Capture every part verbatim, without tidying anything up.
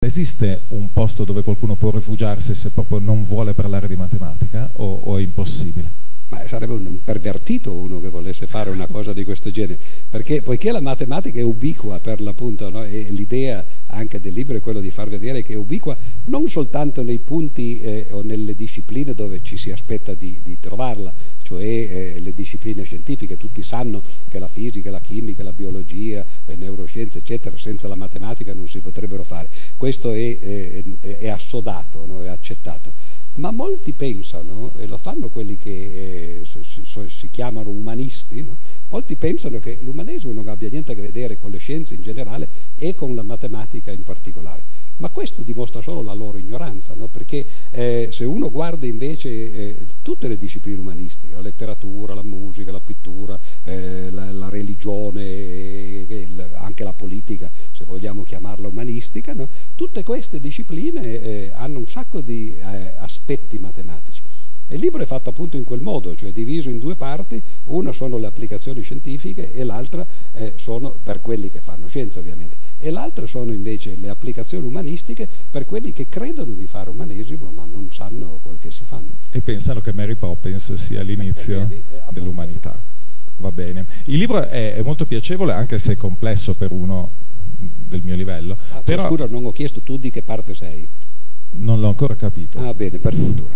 esiste un posto dove qualcuno può rifugiarsi se proprio non vuole parlare di matematica, o, o è impossibile? Ma sarebbe un pervertito uno che volesse fare una cosa di questo genere, perché poiché la matematica è ubiqua per l'appunto, no? E l'idea anche del libro è quello di far vedere che è ubiqua non soltanto nei punti eh, o nelle discipline dove ci si aspetta di, di trovarla, cioè eh, le discipline scientifiche. Tutti sanno che la fisica, la chimica, la biologia, le neuroscienze eccetera senza la matematica non si potrebbero fare. Questo è, è, è assodato, no? È accettato. Ma molti pensano, e lo fanno quelli che eh, si, si chiamano umanisti, no? Molti pensano che l'umanesimo non abbia niente a che vedere con le scienze in generale e con la matematica in particolare. Ma questo dimostra solo la loro ignoranza, no? Perché eh, se uno guarda invece eh, tutte le discipline umanistiche, la letteratura, la musica, la pittura, eh, la, la religione, eh, anche la politica, se vogliamo chiamarla umanistica, no? Tutte queste discipline eh, hanno un sacco di eh, aspetti matematici. E il libro è fatto appunto in quel modo, cioè diviso in due parti: una sono le applicazioni scientifiche e l'altra eh, sono per quelli che fanno scienza ovviamente, e l'altra sono invece le applicazioni umanistiche per quelli che credono di fare umanesimo ma non sanno quel che si fanno. E pensano che Mary Poppins sia l'inizio dell'umanità. Va bene. Il libro è, è molto piacevole, anche se è complesso per uno del mio livello. Ah, però... Scusa, non ho chiesto tu di che parte sei. Non l'ho ancora capito. Ah bene, per fortuna.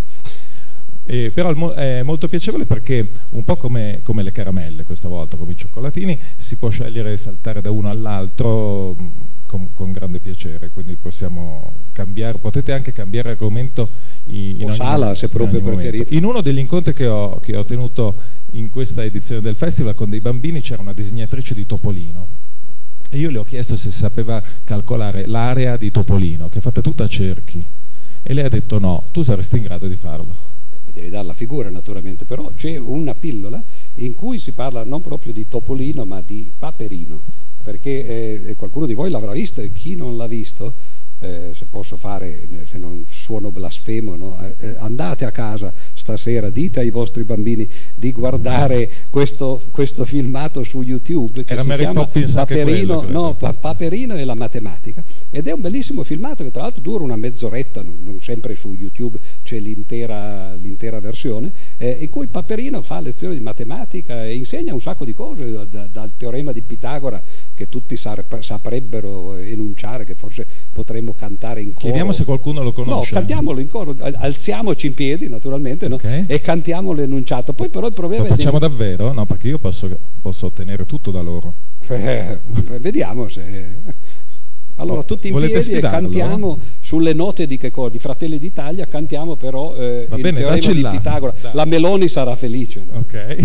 Eh, però è molto piacevole perché, un po' come, come le caramelle questa volta, come i cioccolatini, si può scegliere e saltare da uno all'altro con, con grande piacere, quindi possiamo cambiare, potete anche cambiare argomento in, in o ogni, sala se proprio preferite. In uno degli incontri che ho, che ho tenuto in questa edizione del festival con dei bambini c'era una disegnatrice di Topolino e io le ho chiesto se sapeva calcolare l'area di Topolino, che è fatta tutta a cerchi, e lei ha detto no, tu saresti in grado di farlo. Devi dare la figura naturalmente, però c'è una pillola in cui si parla non proprio di Topolino ma di Paperino, perché eh, qualcuno di voi l'avrà visto, e chi non l'ha visto, eh, se posso fare, se non suono blasfemo, no? eh, andate a casa stasera, dite ai vostri bambini di guardare questo, questo filmato su YouTube che Era si Mary chiama Poppins Paperino, quello, no, pa Paperino e la matematica, ed è un bellissimo filmato che tra l'altro dura una mezz'oretta, non, non sempre su YouTube c'è l'intera l'intera versione, eh, in cui Paperino fa lezioni di matematica e insegna un sacco di cose, da, dal teorema di Pitagora che tutti saprebbero enunciare, che forse potremmo cantare in coro. Chiediamo se qualcuno lo conosce. No, cantiamolo in coro, alziamoci in piedi naturalmente, no? Okay. E cantiamo l'enunciato. Poi però il problema lo facciamo dei... davvero? No, perché io posso, posso ottenere tutto da loro. Eh, vediamo se... Allora tutti in Volete piedi sfidarlo? E cantiamo sulle note di che cosa? Di Fratelli d'Italia, cantiamo però eh, il bene, teorema di Pitagora. Dai. La Meloni sarà felice, no? Ok.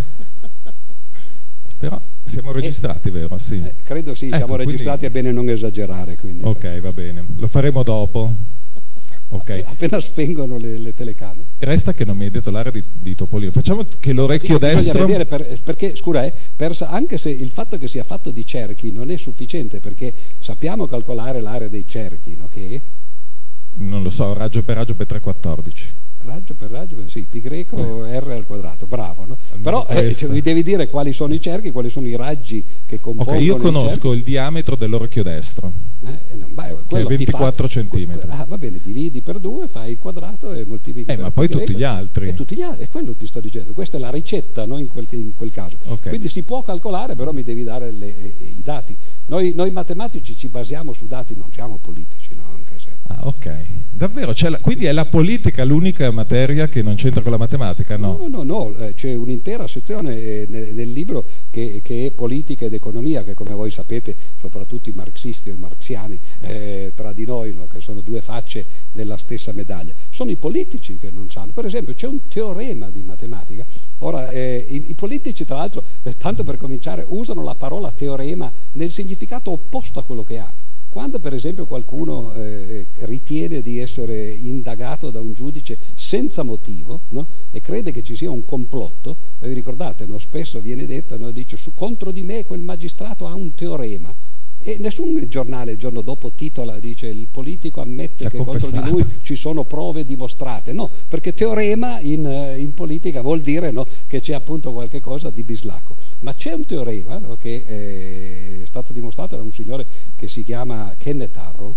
Però siamo registrati, eh, vero? Sì. Eh, credo sì, ecco, siamo registrati, quindi... è bene non esagerare. Quindi, ok, perché... va bene. Lo faremo dopo. Okay. Appena spengono le, le telecamere. Resta che non mi hai detto l'area di, di Topolino. Facciamo che l'orecchio destro... Vedere per, perché, scusa, eh, per, anche se il fatto che sia fatto di cerchi non è sufficiente, perché sappiamo calcolare l'area dei cerchi, no? Che non lo so, raggio per raggio per tre quattordici. Raggio per raggio, sì, pi greco R al quadrato, bravo, no? Però eh, cioè, mi devi dire quali sono i cerchi, quali sono i raggi che compongono. Ok, io conosco il diametro dell'orecchio destro, eh, non, beh, che è ventiquattro fa, centimetri. Ah, va bene, dividi per due, fai il quadrato e moltiplichi eh, per ma poi tutti gli altri. E tutti gli altri, è quello ti sto dicendo, questa è la ricetta, no? in, quel, in quel caso. Okay. Quindi si può calcolare, però mi devi dare le, i dati. Noi, noi matematici ci basiamo su dati, non siamo politici, no? Anche se... Ah, ok, davvero? La, quindi è la politica l'unica materia che non c'entra con la matematica? No, no, no, no, no. C'è un'intera sezione eh, nel, nel libro che, che è politica ed economia, che come voi sapete, soprattutto i marxisti o i marxiani eh, tra di noi, no? Che sono due facce della stessa medaglia. Sono i politici che non sanno. Per esempio c'è un teorema di matematica. Ora, eh, i, i politici tra l'altro, eh, tanto per cominciare, usano la parola teorema nel significato opposto a quello che ha. Quando per esempio qualcuno eh, ritiene di essere indagato da un giudice senza motivo, no? E crede che ci sia un complotto, eh, vi ricordate, no? Spesso viene detto, no? Dice, su, contro di me quel magistrato ha un teorema, e nessun giornale il giorno dopo titola, dice il politico ammette che contro di lui ci sono prove dimostrate. No, perché teorema in, in politica vuol dire, no, che c'è appunto qualche cosa di bislacco. Ma c'è un teorema, no, che è stato dimostrato da un signore che si chiama Kenneth Arrow,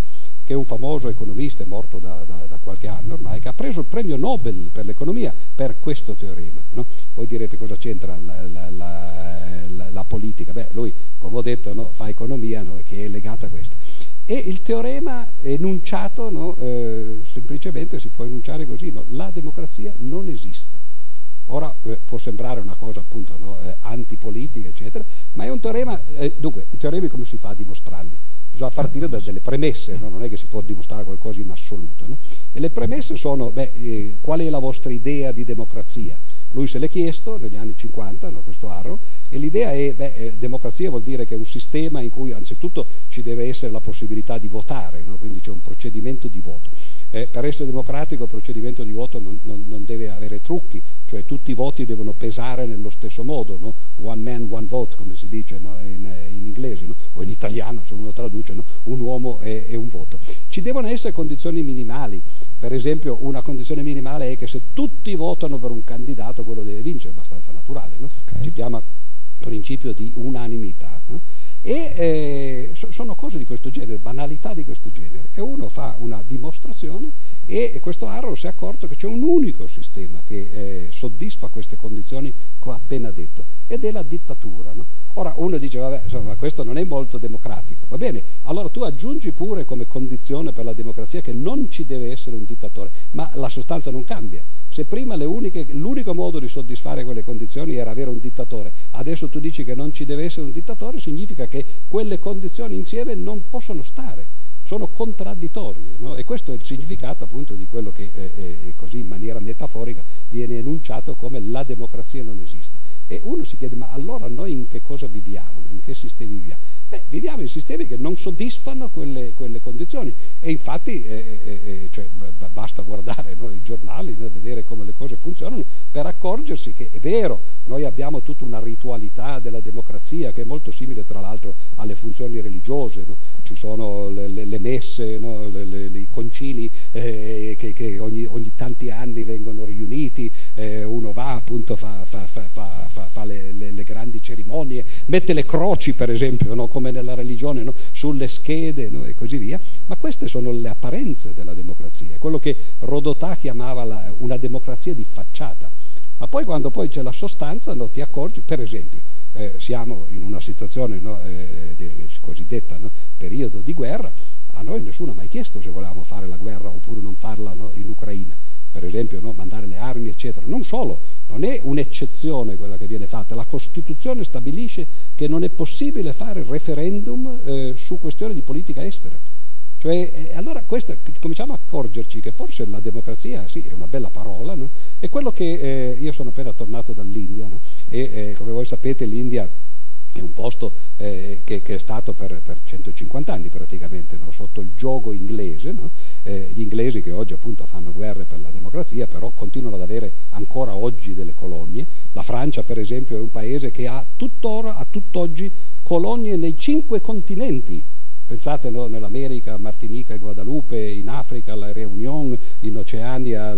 che è un famoso economista, è morto da, da, da qualche anno ormai, che ha preso il premio Nobel per l'economia per questo teorema, no? Voi direte cosa c'entra la, la, la, la, la politica? Beh, lui, come ho detto, no, fa economia, no, che è legata a questo. E il teorema enunciato, no, eh, semplicemente si può enunciare così, no? La democrazia non esiste. Ora eh, può sembrare una cosa appunto, no, eh, antipolitica, eccetera, ma è un teorema, eh, dunque, i teoremi come si fa a dimostrarli? Bisogna partire da delle premesse, no? Non è che si può dimostrare qualcosa in assoluto, no? E le premesse sono, beh, eh, qual è la vostra idea di democrazia? Lui se l'è chiesto negli anni cinquanta, no, questo Arrow, e l'idea è, beh, eh, democrazia vuol dire che è un sistema in cui anzitutto ci deve essere la possibilità di votare, no? Quindi c'è un procedimento di voto. Eh, per essere democratico il procedimento di voto non, non, non deve avere trucchi, cioè tutti i voti devono pesare nello stesso modo, no? One man, one vote, come si dice, no? in, in inglese, no? O in italiano se uno traduce, no? Un uomo e, e un voto. Ci devono essere condizioni minimali, per esempio una condizione minimale è che se tutti votano per un candidato quello deve vincere, è abbastanza naturale, no? Okay. Si chiama principio di unanimità, no? E eh, sono cose di questo genere, banalità di questo genere, e uno fa una dimostrazione e questo Arrow si è accorto che c'è un unico sistema che eh, soddisfa queste condizioni che ho appena detto, ed è la dittatura, no? Ora uno dice, vabbè, insomma, questo non è molto democratico, va bene, allora tu aggiungi pure come condizione per la democrazia che non ci deve essere un dittatore, ma la sostanza non cambia. Se prima l'unico modo di soddisfare quelle condizioni era avere un dittatore, adesso tu dici che non ci deve essere un dittatore, significa che quelle condizioni insieme non possono stare, sono contraddittorie, no? E questo è il significato appunto di quello che eh, eh, così in maniera metaforica viene enunciato come la democrazia non esiste. E uno si chiede, ma allora noi in che cosa viviamo? In che sistemi viviamo? Beh, viviamo in sistemi che non soddisfano quelle, quelle condizioni, e infatti eh, eh, cioè, basta guardare, no, i giornali, no, vedere come le cose funzionano per accorgersi che è vero, noi abbiamo tutta una ritualità della democrazia che è molto simile tra l'altro alle funzioni religiose, no? Ci sono le, le, le messe, no? le, le, i concili eh, che, che ogni, ogni tanti anni vengono riuniti, eh, uno va appunto, fa, fa, fa, fa, fa, fa le, le, le grandi cerimonie, mette le croci per esempio, no? Come nella religione, no? Sulle schede, no? E così via, ma queste sono le apparenze della democrazia, quello che Rodotà chiamava la, una democrazia di facciata, ma poi quando poi c'è la sostanza, no, ti accorgi, per esempio, eh, siamo in una situazione, no, eh, di, cosiddetta, no, periodo di guerra, a noi nessuno ha mai chiesto se volevamo fare la guerra oppure non farla, no, in Ucraina, per esempio, no, mandare le armi eccetera. Non solo, non è un'eccezione quella che viene fatta, la Costituzione stabilisce che non è possibile fare referendum eh, su questioni di politica estera. Cioè, eh, allora questo, cominciamo a accorgerci che forse la democrazia, sì, è una bella parola, no? È quello che eh, io sono appena tornato dall'India, no? E eh, come voi sapete l'India è un posto eh, che, che è stato per, per centocinquanta anni praticamente, no? Sotto il giogo inglese, no? eh, gli inglesi che oggi appunto fanno guerre per la democrazia, però continuano ad avere ancora oggi delle colonie. La Francia per esempio è un paese che ha tuttora, a tutt'oggi, colonie nei cinque continenti. Pensate, no, nell'America, Martinica e Guadalupe, in Africa la Réunion, in Oceania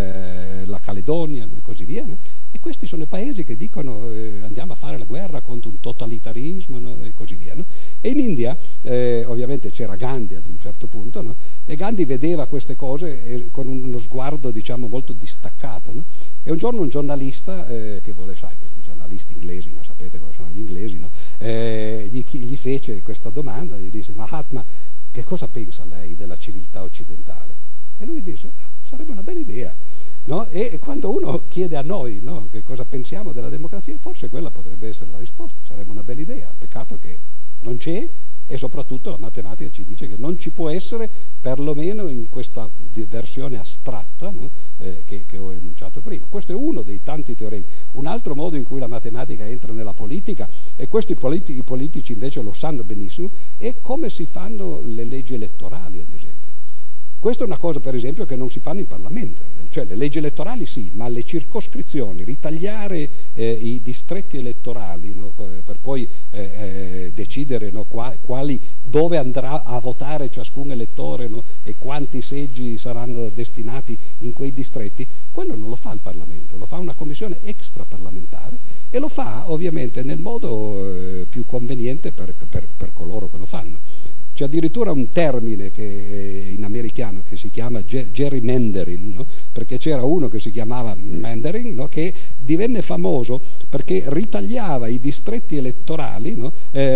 la, la Caledonia, no, e così via. No? E questi sono i paesi che dicono eh, andiamo a fare la guerra contro un totalitarismo, no? E così via. No? E in India eh, ovviamente c'era Gandhi ad un certo punto, no? E Gandhi vedeva queste cose eh, con uno sguardo diciamo molto distaccato. No? E un giorno un giornalista eh, che vuole, sai, questi giornalisti inglesi, no? Sapete come sono gli inglesi, no? eh, gli, gli fece questa domanda, gli disse: Mahatma, che cosa pensa lei della civiltà occidentale? E lui disse: sarebbe una bella idea. No? E quando uno chiede a noi, no, che cosa pensiamo della democrazia, forse quella potrebbe essere la risposta, sarebbe una bella idea, peccato che non c'è, e soprattutto la matematica ci dice che non ci può essere, perlomeno in questa versione astratta, no, eh, che, che ho enunciato prima. Questo è uno dei tanti teoremi. Un altro modo in cui la matematica entra nella politica, e questo i, politi i politici invece lo sanno benissimo, è come si fanno le leggi elettorali, ad esempio. Questa è una cosa, per esempio, che non si fanno in Parlamento, cioè le leggi elettorali sì, ma le circoscrizioni, ritagliare eh, i distretti elettorali, no, per poi eh, eh, decidere, no, qua, quali, dove andrà a votare ciascun elettore, no, e quanti seggi saranno destinati in quei distretti, quello non lo fa il Parlamento, lo fa una commissione extraparlamentare, e lo fa ovviamente nel modo eh, più conveniente per, per, per coloro che lo fanno. C'è addirittura un termine che, in americano che si chiama gerrymandering, no? Perché c'era uno che si chiamava Mandarin, no? Che divenne famoso perché ritagliava i distretti elettorali, no?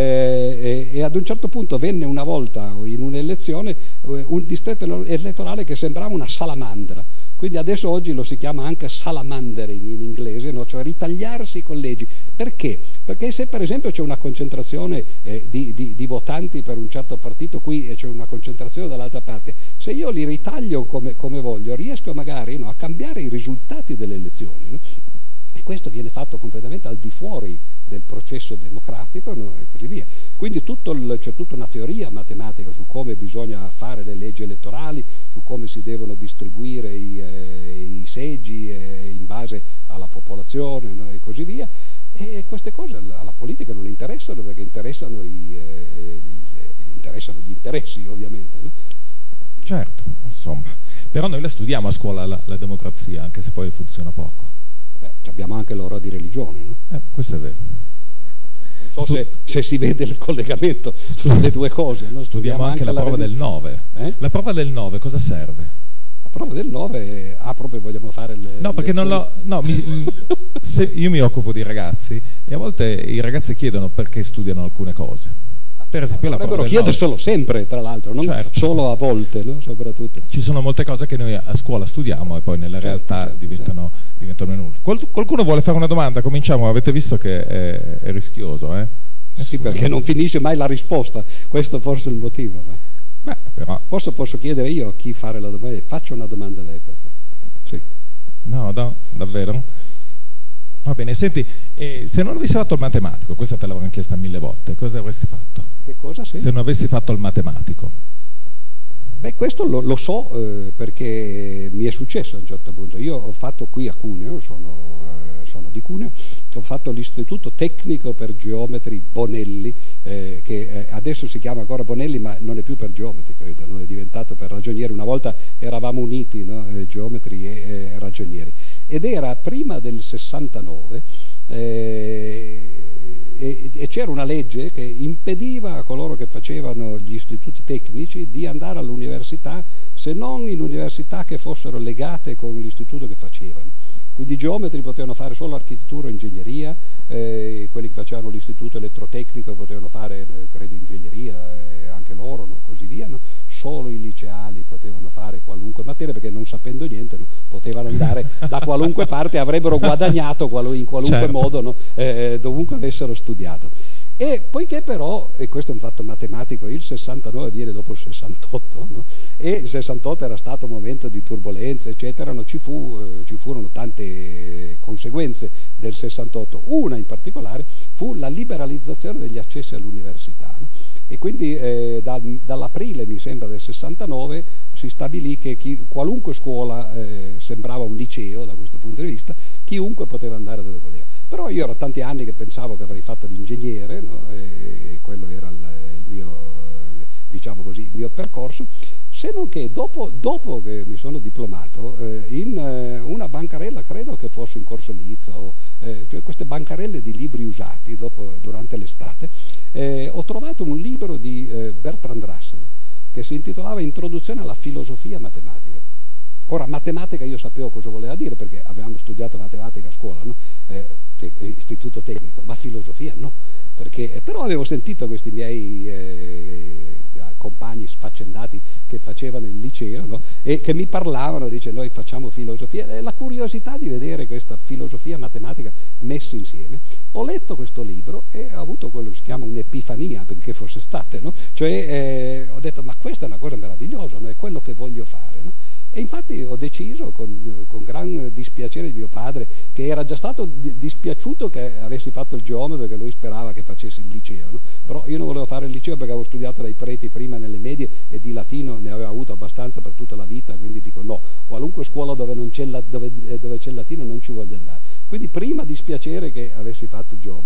eh, e, e ad un certo punto venne una volta in un'elezione un distretto elettorale che sembrava una salamandra. Quindi adesso oggi lo si chiama anche salamandering in inglese, no? Cioè ritagliarsi i collegi. Perché? Perché se per esempio c'è una concentrazione eh, di, di, di votanti per un certo partito qui e c'è una concentrazione dall'altra parte, se io li ritaglio come, come voglio, riesco magari, no, a cambiare i risultati delle elezioni, no? E questo viene fatto completamente al di fuori del processo democratico, no? E così via. Quindi c'è tutta una teoria matematica su come bisogna fare le leggi elettorali, su come si devono distribuire i, eh, i seggi eh, in base alla popolazione, no? E così via. E queste cose alla politica non interessano, perché interessano, i, eh, gli, interessano gli interessi, ovviamente, no? Certo, insomma. Però noi la studiamo a scuola la, la democrazia, anche se poi funziona poco. Beh, abbiamo anche l'ora di religione, no? Eh, questo è vero. Non so se, se si vede il collegamento tra le due cose, no? Studiamo, studiamo anche, anche la, la prova del nove. Eh? La prova del nove cosa serve? La prova del nove, ah, proprio vogliamo fare le No, perché non lo, no, mi, se io mi occupo di ragazzi e a volte i ragazzi chiedono perché studiano alcune cose. Per esempio, la dovrebbero chiederselo sempre, tra l'altro, non certo. Solo a volte, no? Soprattutto. Ci sono molte cose che noi a scuola studiamo e poi nella certo, realtà certo, diventano, certo. diventano nulla. Qual, qualcuno vuole fare una domanda? Cominciamo, avete visto che è, è rischioso, eh? Sì, perché non finisce mai la risposta, questo forse è il motivo. Ma... Beh, però... posso, posso chiedere io a chi fare la domanda? Faccio una domanda a lei. Sì. No, no, davvero? Va bene, senti, eh, se non avessi fatto il matematico, questa te l'avrò chiesta mille volte, cosa avresti fatto? Che cosa? Sì? Se non avessi fatto il matematico. Beh, questo lo, lo so eh, perché mi è successo a un certo punto. Io ho fatto qui a Cuneo, sono, eh, sono di Cuneo, ho fatto l'istituto tecnico per geometri Bonelli, eh, che eh, adesso si chiama ancora Bonelli, ma non è più per geometri, credo, no? È diventato per ragionieri. Una volta eravamo uniti, no? eh, geometri e eh, ragionieri. Ed era prima del sessantanove eh, e, e c'era una legge che impediva a coloro che facevano gli istituti tecnici di andare all'università, se non in università che fossero legate con l'istituto che facevano. Quindi i geometri potevano fare solo architettura o ingegneria, eh, quelli che facevano l'istituto elettrotecnico potevano fare, eh, credo, ingegneria, eh, anche loro, no? Così via, no? Solo i liceali potevano fare qualunque materia, perché non sapendo niente, no? Potevano andare da qualunque parte, avrebbero guadagnato qual in qualunque certo. modo, no? eh, dovunque avessero studiato. E poiché però, e questo è un fatto matematico, il sessantanove viene dopo il sessantotto, no? E il sessantotto era stato un momento di turbolenze, eccetera, no? ci, fu, eh, ci furono tante conseguenze del sessantotto, una in particolare fu la liberalizzazione degli accessi all'università, no? E quindi eh, da, dall'aprile, mi sembra, del sessantanove si stabilì che chi, qualunque scuola eh, sembrava un liceo da questo punto di vista, chiunque poteva andare dove voleva. Però io ero tanti anni che pensavo che avrei fatto l'ingegnere, no? E quello era il, il mio, diciamo così, il mio percorso, se non che dopo, dopo che mi sono diplomato, eh, in eh, una bancarella, credo che fosse in Corso Nizza, o, eh, cioè queste bancarelle di libri usati dopo, durante l'estate, eh, ho trovato un libro di eh, Bertrand Russell che si intitolava Introduzione alla filosofia matematica. Ora, matematica io sapevo cosa voleva dire, perché avevamo studiato matematica a scuola, no? eh, te, istituto tecnico, ma filosofia no, perché, però avevo sentito questi miei eh, compagni sfaccendati che facevano il liceo, no? E che mi parlavano, dice, noi facciamo filosofia, e la curiosità di vedere questa filosofia matematica messa insieme. Ho letto questo libro e ho avuto quello che si chiama un'epifania, benché fosse estate, no? Cioè eh, ho detto, ma questa è una cosa meravigliosa, no? È quello che voglio fare, no? E infatti ho deciso, con, con gran dispiacere di mio padre, che era già stato dispiaciuto che avessi fatto il geometra, che lui sperava che facessi il liceo, no? Però io non volevo fare il liceo perché avevo studiato dai preti prima nelle medie e di latino ne avevo avuto abbastanza per tutta la vita, quindi dico no, qualunque scuola dove non c'è dove, dove c'è il latino non ci voglio andare. Quindi prima dispiacere che avessi fatto il geometra.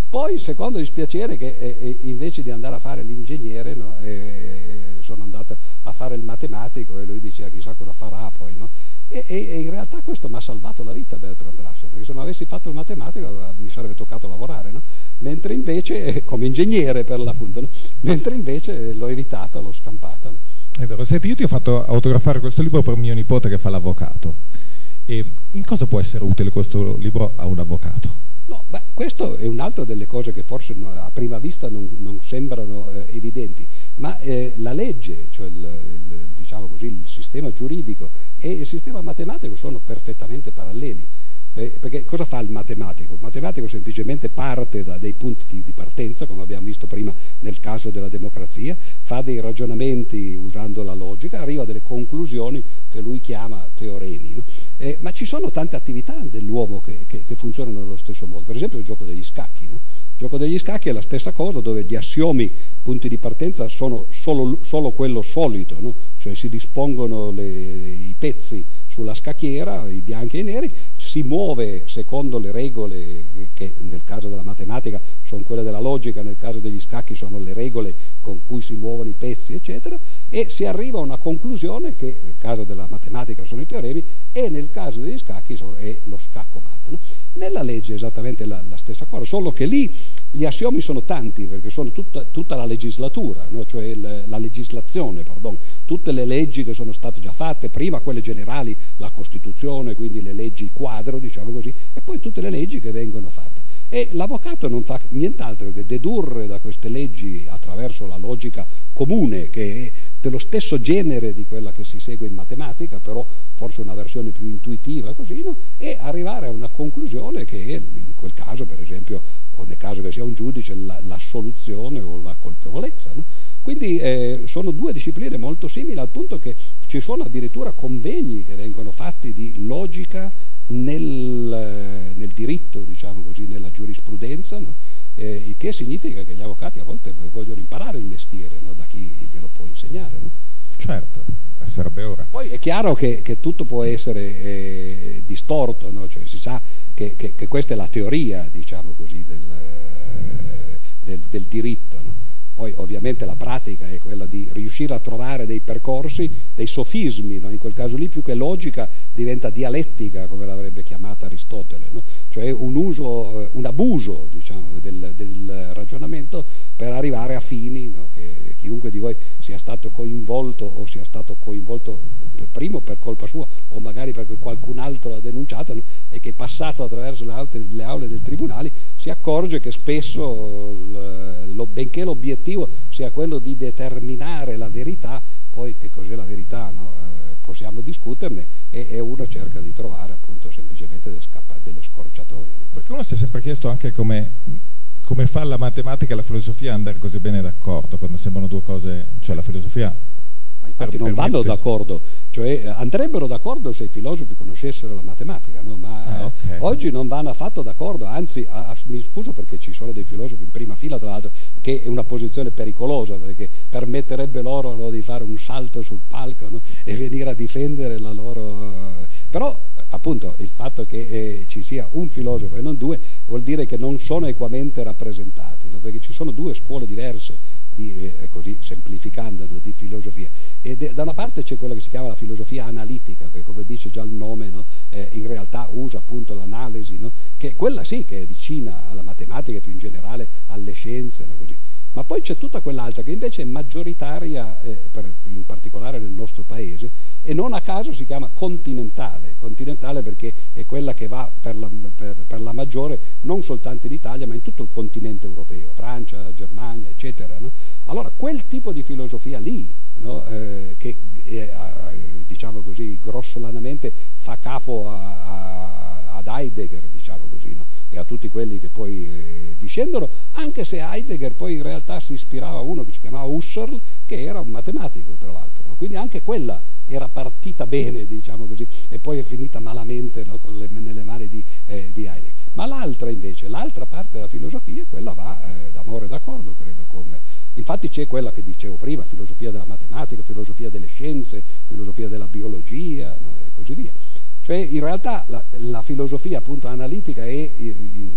Poi, secondo dispiacere, che eh, invece di andare a fare l'ingegnere, no, eh, sono andato a fare il matematico, e lui diceva chissà cosa farà poi, no? E, e, e in realtà questo mi ha salvato la vita, Bertrand Russell, perché se non avessi fatto il matematico mi sarebbe toccato lavorare, no? Mentre invece, come ingegnere per l'appunto, no? Mentre invece l'ho evitato, l'ho scampata. No? È vero, senti, io ti ho fatto autografare questo libro per mio nipote che fa l'avvocato. E in cosa può essere utile questo libro a un avvocato? No, beh, questo è un'altra delle cose che forse no, a prima vista non, non sembrano eh, evidenti, ma eh, la legge, cioè il, il, diciamo così, il sistema giuridico e il sistema matematico sono perfettamente paralleli. Eh, perché cosa fa il matematico? Il matematico semplicemente parte da dei punti di, di partenza, come abbiamo visto prima nel caso della democrazia, fa dei ragionamenti usando la logica, arriva a delle conclusioni che lui chiama teoremi. No? Eh, ma ci sono tante attività dell'uomo che, che, che funzionano nello stesso modo, per esempio il gioco degli scacchi. No? Il gioco degli scacchi è la stessa cosa, dove gli assiomi, punti di partenza, sono solo, solo quello solito, no? Cioè si dispongono le, i pezzi sulla scacchiera, i bianchi e i neri, si muove secondo le regole che nel caso della matematica sono quelle della logica, nel caso degli scacchi sono le regole con cui si muovono i pezzi, eccetera, e si arriva a una conclusione che nel caso della matematica sono i teoremi e nel caso degli scacchi è lo scacco mat. No? Nella legge è esattamente la, la stessa cosa, solo che lì gli assiomi sono tanti, perché sono tutta, tutta la legislatura, no? Cioè il, la legislazione, pardon, tutte le leggi che sono state già fatte, prima quelle generali, la Costituzione, quindi le leggi quadro, diciamo così, e poi tutte le leggi che vengono fatte. E l'avvocato non fa nient'altro che dedurre da queste leggi attraverso la logica comune, che è dello stesso genere di quella che si segue in matematica, però forse una versione più intuitiva, così, no? E arrivare a una conclusione che è, in quel caso, per esempio, o nel caso che sia un giudice, la, la soluzione o la colpevolezza. No? Quindi eh, sono due discipline molto simili, al punto che ci sono addirittura convegni che vengono fatti di logica nel, nel diritto, diciamo così, nella giurisprudenza, no? eh, il che significa che gli avvocati a volte vogliono imparare il mestiere, no? Da chi glielo può insegnare. No? Certo, sarebbe ora. Poi è chiaro che, che tutto può essere eh, distorto, no? Cioè, si sa che, che, che questa è la teoria, diciamo così, del, del, del diritto. No? Poi ovviamente la pratica è quella di riuscire a trovare dei percorsi, dei sofismi, no? In quel caso lì più che logica diventa dialettica, come l'avrebbe chiamata Aristotele, no? Cioè un uso, un abuso, diciamo, del, del ragionamento per arrivare a fini, no? Che chiunque di voi sia stato coinvolto o sia stato coinvolto primo per colpa sua o magari perché qualcun altro l'ha denunciato, no? E che passato attraverso le aule, le aule del tribunale si accorge che spesso, lo, benché l'obiettivo sia quello di determinare la verità, poi che cos'è la verità, no? eh, possiamo discuterne, e, e uno cerca di trovare appunto semplicemente delle, delle scorciatoie. No? Perché uno si è sempre chiesto anche come, come fa la matematica e la filosofia ad andare così bene d'accordo, quando sembrano due cose, cioè la filosofia... Infatti non vanno d'accordo, cioè andrebbero d'accordo se i filosofi conoscessero la matematica, no? Ma ah, okay. eh, oggi non vanno affatto d'accordo, anzi a, a, mi scuso perché ci sono dei filosofi in prima fila, tra l'altro, che è una posizione pericolosa, perché permetterebbe loro, no, di fare un salto sul palco, no? E venire a difendere la loro... Però appunto il fatto che eh, ci sia un filosofo e non due vuol dire che non sono equamente rappresentati, no? Perché ci sono due scuole diverse, di, eh, così semplificandolo, di filosofia. E de, da una parte c'è quella che si chiama la filosofia analitica, che come dice già il nome, no? eh, in realtà usa appunto l'analisi, no? Che quella sì che è vicina alla matematica e più in generale alle scienze, no? Così. Ma poi c'è tutta quell'altra che invece è maggioritaria, eh, per, in particolare nel nostro paese, e non a caso si chiama continentale, continentale perché è quella che va per la, per, per la maggiore non soltanto in Italia ma in tutto il continente europeo, Francia, Germania, eccetera. No? Allora quel tipo di filosofia lì, no? eh, che eh, diciamo così grossolanamente fa capo a, a, ad Heidegger, diciamo così, no? E a tutti quelli che poi eh, discendono, anche se Heidegger poi in realtà si ispirava a uno che si chiamava Husserl, che era un matematico tra l'altro, no? Quindi anche quella era partita bene, diciamo così, e poi è finita malamente, no? Con le, nelle mani di, eh, di Heidegger. Ma l'altra invece, l'altra parte della filosofia, quella va eh, d'amore e d'accordo, credo, con... Infatti c'è quella che dicevo prima, filosofia della matematica, filosofia delle scienze, filosofia della biologia, no? E così via. Cioè in realtà la, la filosofia appunto analitica è in, in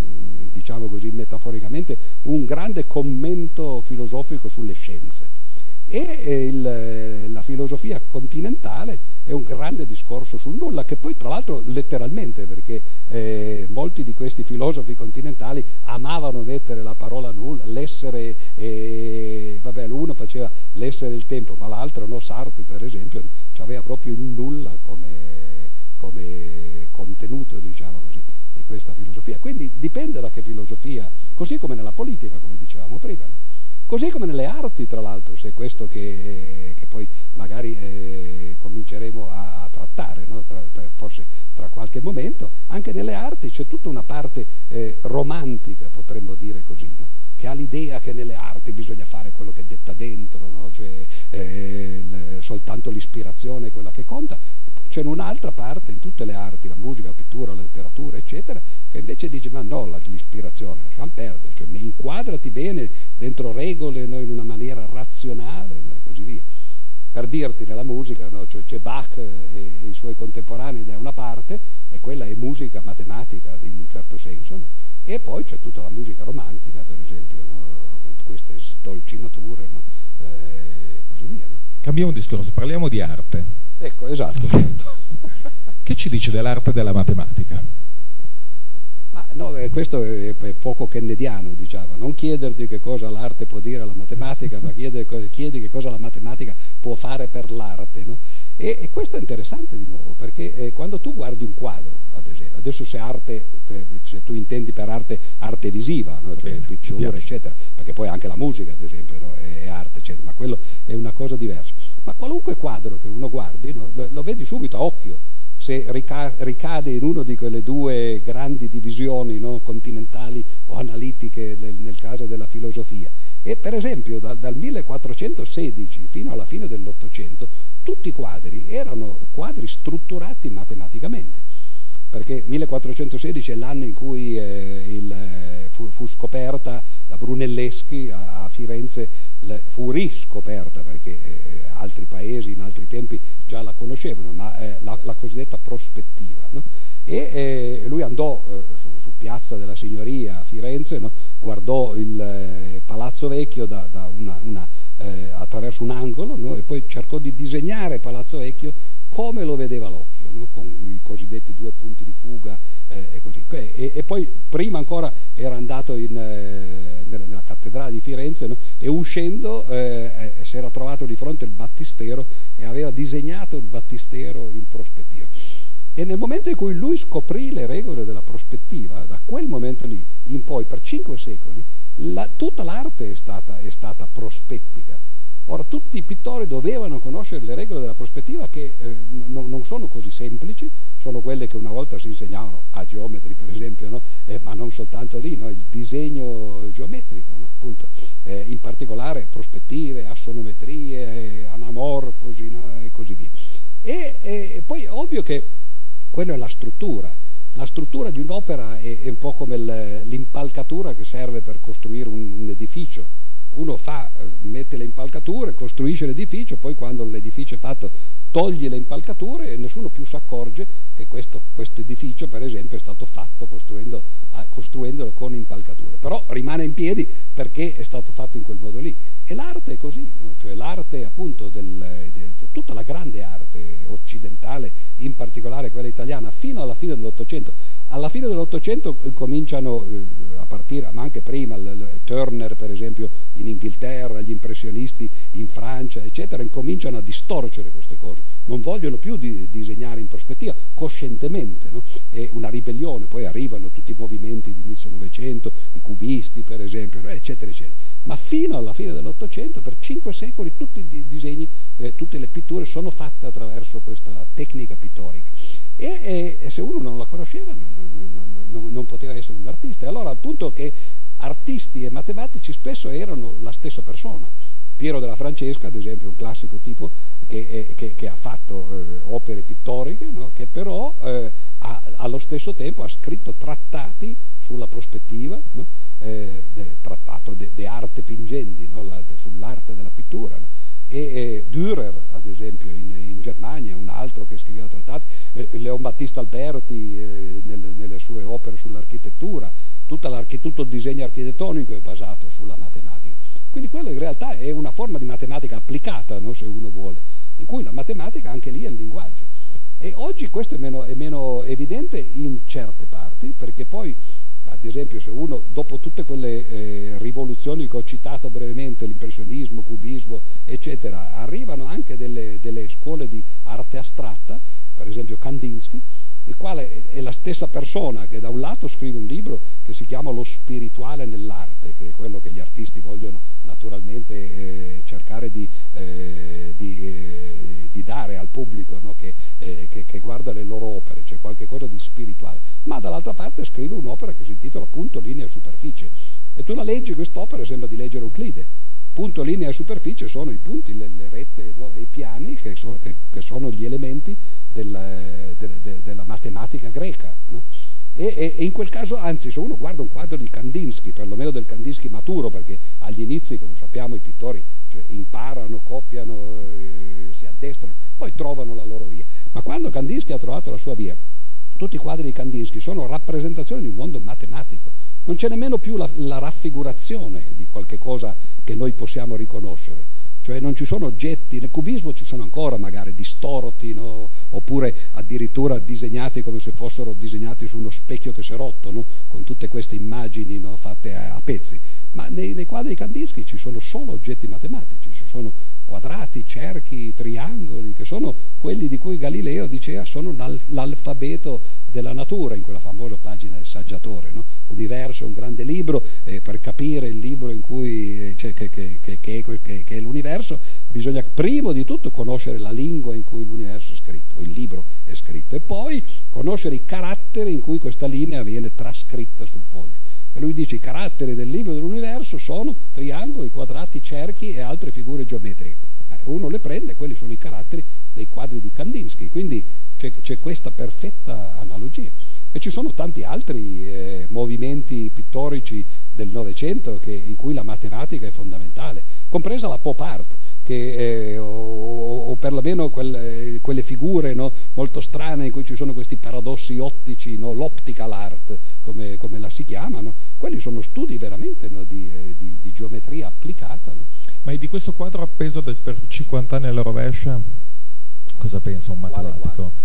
diciamo così metaforicamente, un grande commento filosofico sulle scienze. E il, la filosofia continentale è un grande discorso sul nulla, che poi tra l'altro letteralmente, perché eh, molti di questi filosofi continentali amavano mettere la parola nulla, l'essere, eh, vabbè, l'uno faceva l'essere il tempo, ma l'altro no, Sartre per esempio, no, aveva proprio il nulla come, come contenuto, diciamo così, di questa filosofia. Quindi dipende da che filosofia, così come nella politica, come dicevamo prima, no? Così come nelle arti, tra l'altro, se è questo che, che poi magari eh, cominceremo a, a trattare, no? tra, tra, forse tra qualche momento, anche nelle arti c'è tutta una parte eh, romantica, potremmo dire così, no? Che ha l'idea che nelle arti bisogna fare quello che detta dentro, no? Cioè eh, le, soltanto l'ispirazione è quella che conta. Poi c'è un'altra parte in tutte le arti, la musica, la pittura, la letteratura, eccetera, che invece dice ma no, l'ispirazione, lasciamo perdere, cioè inquadrati bene dentro regole, no? In una maniera razionale, no? E così via. Per dirti, nella musica, no? Cioè, c'è Bach e i suoi contemporanei da una parte, e quella è musica matematica in un certo senso, no? E poi c'è tutta la musica romantica, per esempio, no? Con queste sdolcinature, no? E così via. No? Cambiamo discorso, parliamo di arte. Ecco, esatto. Che ci dice dell'arte della matematica? Ma no, eh, questo è, è poco kennediano, diciamo. Non chiederti che cosa l'arte può dire alla matematica, ma chiedi, chiedi che cosa la matematica può fare per l'arte, no? E, e questo è interessante di nuovo, perché eh, quando tu guardi un quadro, ad esempio, adesso se arte, se tu intendi per arte arte visiva, no? Cioè bene, pittura, eccetera, perché poi anche la musica, ad esempio, no? È arte, eccetera, ma quello è una cosa diversa. Ma qualunque quadro che uno guardi, no? lo, lo vedi subito a occhio, se ricade in una di quelle due grandi divisioni, no? Continentali o analitiche nel, nel caso della filosofia. E per esempio dal, dal millequattrocentosedici fino alla fine dell'Ottocento tutti i quadri erano quadri strutturati matematicamente, perché millequattrocentosedici è l'anno in cui eh, il, fu, fu scoperta da Brunelleschi a, a Firenze, le, fu riscoperta perché eh, altri paesi in altri tempi già la conoscevano, ma eh, la, la cosiddetta prospettiva, no? E eh, lui andò eh, su, su Piazza della Signoria a Firenze, no? Guardò il eh, Palazzo Vecchio da, da una, una, eh, attraverso un angolo, no? E poi cercò di disegnare Palazzo Vecchio come lo vedeva l'occhio, no? Con i cosiddetti due punti di fuga eh, e così. E, e poi prima ancora era andato in, eh, nella, nella cattedrale di Firenze, no? E uscendo eh, si era trovato di fronte il battistero e aveva disegnato il battistero in prospettiva. E nel momento in cui lui scoprì le regole della prospettiva, da quel momento lì in poi, per cinque secoli, la, tutta l'arte è stata, è stata prospettica. Ora, tutti i pittori dovevano conoscere le regole della prospettiva, che eh, non, non sono così semplici, sono quelle che una volta si insegnavano a geometri, per esempio, no? eh, ma non soltanto lì, no? Il disegno geometrico, no? Appunto, eh, in particolare prospettive, assonometrie, anamorfosi, no? E così via. E, e poi è ovvio che quella è la struttura. La struttura di un'opera è, è un po' come l'impalcatura che serve per costruire un, un edificio. Uno fa, mette le impalcature, costruisce l'edificio, poi quando l'edificio è fatto toglie le impalcature e nessuno più si accorge che questo, questo edificio, per esempio, è stato fatto costruendo, costruendolo con impalcature. Però rimane in piedi perché è stato fatto in quel modo lì. E l'arte è così, no? Cioè l'arte appunto, del, de, de, tutta la grande arte occidentale, in particolare quella italiana, fino alla fine dell'Ottocento. Alla fine dell'Ottocento cominciano, eh, a partire, ma anche prima, l, l, Turner per esempio in Inghilterra, gli impressionisti in Francia, eccetera, incominciano a distorcere queste cose. Non vogliono più di, disegnare in prospettiva, coscientemente, no? È una ribellione, poi arrivano tutti i movimenti di inizio Novecento, i cubisti per esempio, eccetera, eccetera. Ma fino alla fine dell'Ottocento, per cinque secoli, tutti i disegni, eh, tutte le pitture sono fatte attraverso questa tecnica pittorica. E, e, e se uno non la conosceva non, non, non, non poteva essere un artista. E allora, appunto, che artisti e matematici spesso erano la stessa persona. Piero della Francesca, ad esempio, un classico tipo che, è, che, che ha fatto eh, opere pittoriche, no? Che però eh, ha, allo stesso tempo ha scritto trattati sulla prospettiva, no? eh, de, trattato de, de arte pingendi, no? Sull'arte della pittura, no? E eh, Dürer, ad esempio, in, in Germania, un altro che scriveva trattati, eh, Leon Battista Alberti eh, nelle, nelle sue opere sull'architettura, tutto il disegno architettonico è basato sulla matematica. Quindi quello in realtà è una forma di matematica applicata, no? Se uno vuole, in cui la matematica anche lì è il linguaggio. E oggi questo è meno, è meno evidente in certe parti, perché poi, ad esempio, se uno, dopo tutte quelle eh, rivoluzioni che ho citato brevemente, l'impressionismo, cubismo, eccetera, arrivano anche delle, delle scuole di arte astratta, per esempio Kandinsky, il quale è la stessa persona che da un lato scrive un libro che si chiama Lo spirituale nell'arte, che è quello che gli artisti vogliono naturalmente eh, cercare di, eh, di, eh, di dare al pubblico, no? che, eh, che, che guarda le loro opere, c'è qualche cosa di spirituale, ma dall'altra parte scrive un'opera che si intitola Punto, linea e superficie, e tu la leggi quest'opera e sembra di leggere Euclide. Punto, linea e superficie sono i punti, le, le rette, no? E i piani che, so, che, che sono gli elementi del, de, de, della matematica greca, no? e, e, e in quel caso, anzi, se uno guarda un quadro di Kandinsky, perlomeno del Kandinsky maturo, perché agli inizi, come sappiamo, i pittori, cioè, imparano, copiano, eh, si addestrano, poi trovano la loro via. Ma quando Kandinsky ha trovato la sua via, tutti i quadri di Kandinsky sono rappresentazioni di un mondo matematico. Non c'è nemmeno più la, la raffigurazione di qualche cosa che noi possiamo riconoscere, cioè non ci sono oggetti, nel cubismo ci sono ancora magari distorti, no? Oppure addirittura disegnati come se fossero disegnati su uno specchio che si è rotto, no? Con tutte queste immagini, no? Fatte a, a pezzi, ma nei, nei quadri di Kandinsky ci sono solo oggetti matematici, ci sono quadrati, cerchi, triangoli, che sono quelli di cui Galileo diceva sono l'alfabeto della natura, in quella famosa pagina del Saggiatore, no? L'universo è un grande libro, e per capire il libro in cui c'è, che, che, che, che, che, che è l'universo bisogna prima di tutto conoscere la lingua in cui l'universo è scritto, il libro è scritto, e poi conoscere i caratteri in cui questa linea viene trascritta sul foglio. E lui dice: i caratteri del libro dell'universo sono triangoli, quadrati, cerchi e altre figure geometriche. Eh, uno le prende, quelli sono i caratteri dei quadri di Kandinsky, quindi c'è questa perfetta analogia. E ci sono tanti altri eh, movimenti pittorici del Novecento in cui la matematica è fondamentale, compresa la pop art, che, eh, o, o perlomeno quel, quelle figure, no, molto strane in cui ci sono questi paradossi ottici, no, l'optical art come, come la si chiama, no? Quelli sono studi veramente, no, di, eh, di, di geometria applicata, no? Ma di questo quadro appeso per cinquanta anni alla rovescia cosa pensa un matematico? Quale, quale?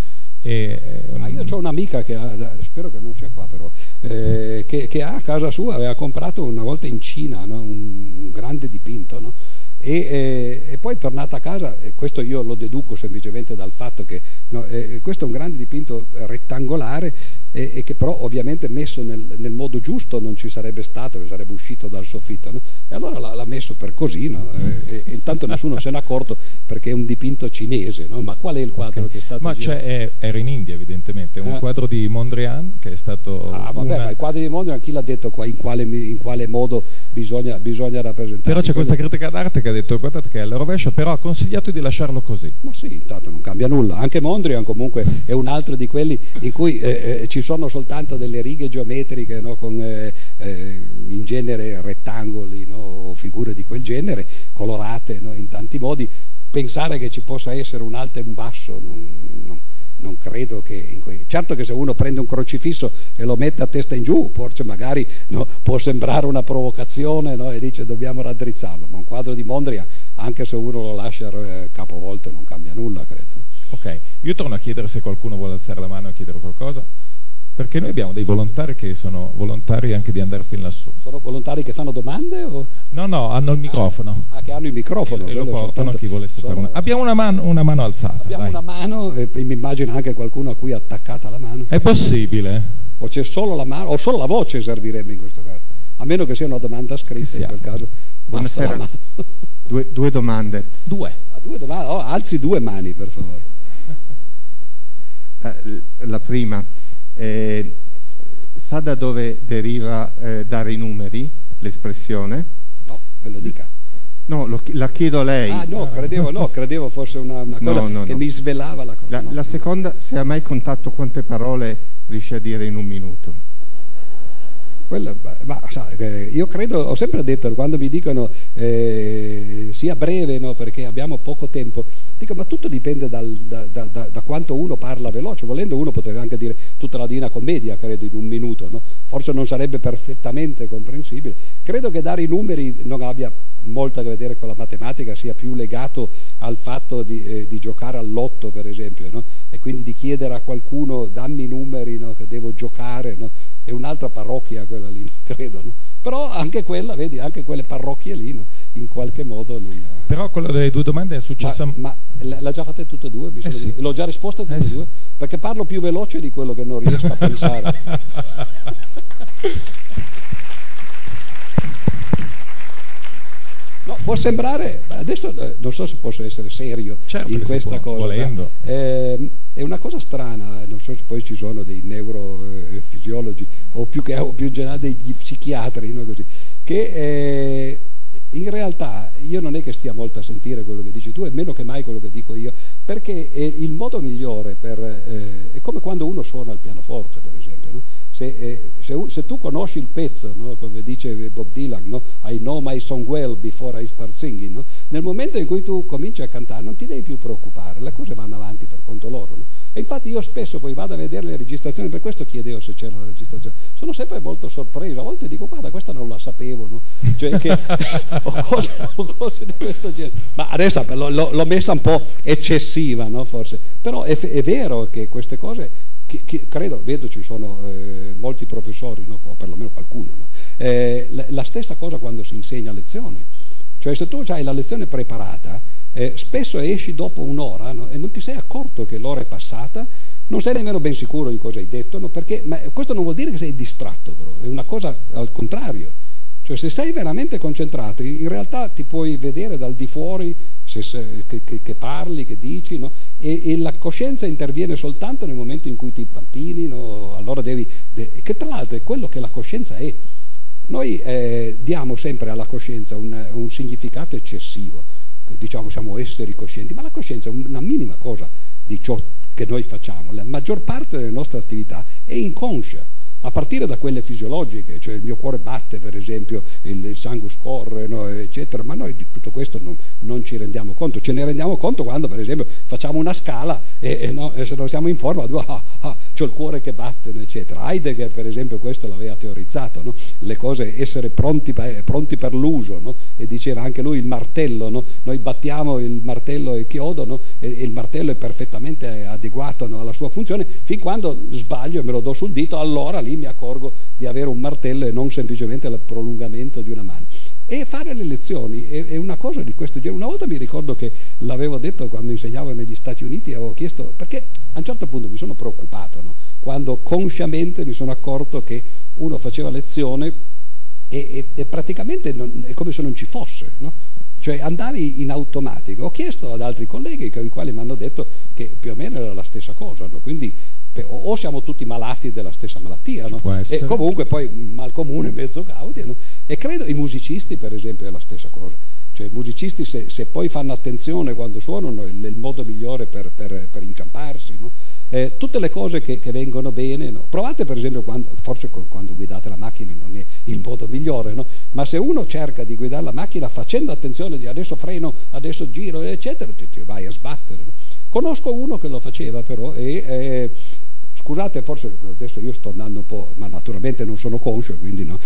E, um... ah, io ho un'amica che ha, spero che non sia qua però, eh, che, che ha a casa sua, aveva comprato una volta in Cina, no, un, un grande dipinto, no? E, e, e poi è tornata a casa, e questo io lo deduco semplicemente dal fatto che, no, eh, questo è un grande dipinto rettangolare e, e che però ovviamente messo nel, nel modo giusto non ci sarebbe stato, che sarebbe uscito dal soffitto, no? E allora l'ha messo per così, no? e, e intanto nessuno se n'è accorto perché è un dipinto cinese, no? Ma qual è il quadro, okay, che è stato ma c'è, era in India evidentemente, è un eh. quadro di Mondrian che è stato ah vabbè una... ma i quadri di Mondrian chi l'ha detto qua in quale, in quale modo bisogna, bisogna rappresentare, però c'è questa critica d'arte che ha detto guardate che è alla rovescia, però ha consigliato di lasciarlo così. Ma sì, intanto non cambia nulla. Anche Mondrian comunque è un altro di quelli in cui eh, eh, ci sono soltanto delle righe geometriche, no, con eh, eh, in genere rettangoli, no, o figure di quel genere, colorate, no, in tanti modi. Pensare che ci possa essere un alto e un basso non, non, non credo che in que... certo che se uno prende un crocifisso e lo mette a testa in giù forse magari, no, può sembrare una provocazione, no, e dice dobbiamo raddrizzarlo, ma un quadro di Mondrian anche se uno lo lascia eh, capovolto non cambia nulla, credo. Ok, io torno a chiedere se qualcuno vuole alzare la mano e chiedere qualcosa, perché noi abbiamo dei volontari che sono volontari anche di andare fin lassù. Sono volontari che fanno domande? O? No, no, hanno il microfono. Ah, che hanno il microfono. E, e lo portano soltanto... chi volesse sono... fare una... Abbiamo una mano, una mano alzata. Abbiamo dai. una mano, e mi immagino anche qualcuno a cui è attaccata la mano. È possibile? O c'è solo la mano, o solo la voce servirebbe in questo caso. A meno che sia una domanda scritta in quel caso. Buonasera. Due, due domande. Due. Ah, due domande? Oh, alzi due mani, per favore. Eh, la prima. Eh, sa da dove deriva eh, dare i numeri, l'espressione? No, me lo dica. No, lo, la chiedo a lei. Ah no, credevo, no, credevo fosse una, una cosa no, no, che no. mi svelava la cosa. La, no. la seconda, se ha mai contato quante parole riesce a dire in un minuto? Quella, ma sa, io credo, ho sempre detto, quando mi dicono eh, sia breve, no, perché abbiamo poco tempo, dico ma tutto dipende dal, da, da, da, da quanto uno parla veloce. Volendo uno potrebbe anche dire tutta la Divina Commedia, credo, in un minuto, no? Forse non sarebbe perfettamente comprensibile. Credo che dare i numeri non abbia molto a che vedere con la matematica, sia più legato al fatto di, eh, di giocare al lotto, per esempio, no? E quindi di chiedere a qualcuno dammi i numeri, no, che devo giocare, no? È un'altra parrocchia quella lì, no? Credo, no? Però anche quella, vedi, anche quelle parrocchie lì, no? In qualche modo non... Però quella delle due domande è successa... Ma, ma l'ha già fatte tutte e due? Mi eh sì. L'ho già risposta tutte e eh due? Sì. Perché parlo più veloce di quello che non riesco a pensare. No, può sembrare, adesso non so se posso essere serio, certo, in questa può, cosa, volendo. Eh, è una cosa strana, non so se poi ci sono dei neurofisiologi o più che o più in generale degli psichiatri, no, così, che eh, in realtà io non è che stia molto a sentire quello che dici tu, e meno che mai quello che dico io, perché è il modo migliore per, eh, è come quando uno suona il pianoforte, per esempio, no? Se, eh, se, se tu conosci il pezzo, no? Come dice Bob Dylan, no? I know my song well before I start singing, no? Nel momento in cui tu cominci a cantare non ti devi più preoccupare, le cose vanno avanti per conto loro, no? E infatti io spesso poi vado a vedere le registrazioni, per questo chiedevo se c'era la registrazione, sono sempre molto sorpreso, a volte dico guarda questa non la sapevo, no? Cioè che o, cose, o cose di questo genere, ma adesso l'ho messa un po' eccessiva, no? Forse, però è, è vero che queste cose, Che, che, credo, vedo ci sono eh, molti professori, no? O perlomeno qualcuno, no? eh, la, la stessa cosa quando si insegna a lezione, cioè se tu hai la lezione preparata, eh, spesso esci dopo un'ora, no? E non ti sei accorto che l'ora è passata, non sei nemmeno ben sicuro di cosa hai detto, no? Perché, ma questo non vuol dire che sei distratto, però, è una cosa al contrario. Cioè se sei veramente concentrato, in realtà ti puoi vedere dal di fuori se, se, che, che, che parli, che dici, no? e, e la coscienza interviene soltanto nel momento in cui ti pampini, no? Allora devi, de, che tra l'altro è quello che la coscienza è. Noi eh, diamo sempre alla coscienza un, un significato eccessivo, diciamo siamo esseri coscienti, ma la coscienza è una minima cosa di ciò che noi facciamo. La maggior parte delle nostre attività è inconscia, a partire da quelle fisiologiche, cioè il mio cuore batte, per esempio, il, il sangue scorre, no, eccetera, ma noi di tutto questo non, non ci rendiamo conto. Ce ne rendiamo conto quando, per esempio, facciamo una scala e, e, no, e se non siamo in forma, ah, ah, c'ho il cuore che batte, eccetera. Heidegger, per esempio, questo l'aveva teorizzato, no? Le cose, essere pronti, pronti per l'uso, no? E diceva anche lui il martello, no? Noi battiamo il martello e chiodo, no? e, e il martello è perfettamente adeguato, no? alla sua funzione, fin quando sbaglio e me lo do sul dito, allora lì mi accorgo di avere un martello e non semplicemente il prolungamento di una mano. E fare le lezioni è, è una cosa di questo genere. Una volta mi ricordo che l'avevo detto quando insegnavo negli Stati Uniti, avevo chiesto, perché a un certo punto mi sono preoccupato, no? Quando consciamente mi sono accorto che uno faceva lezione e, e, e praticamente non, è come se non ci fosse, no? Cioè andavi in automatico. Ho chiesto ad altri colleghi con i quali mi hanno detto che più o meno era la stessa cosa, no? Quindi o siamo tutti malati della stessa malattia, no? E comunque poi mal comune mezzo gaudio, no? E credo i musicisti, per esempio, è la stessa cosa. Cioè i musicisti se, se poi fanno attenzione quando suonano è il, il modo migliore per, per, per inciamparsi, no? Eh, tutte le cose che, che vengono bene, no? Provate per esempio quando, forse quando guidate la macchina non è il modo migliore, no? Ma se uno cerca di guidare la macchina facendo attenzione di adesso freno, adesso giro, eccetera, ti, ti vai a sbattere, no? Conosco uno che lo faceva però e eh, scusate, forse adesso io sto andando un po', ma naturalmente non sono conscio, quindi no.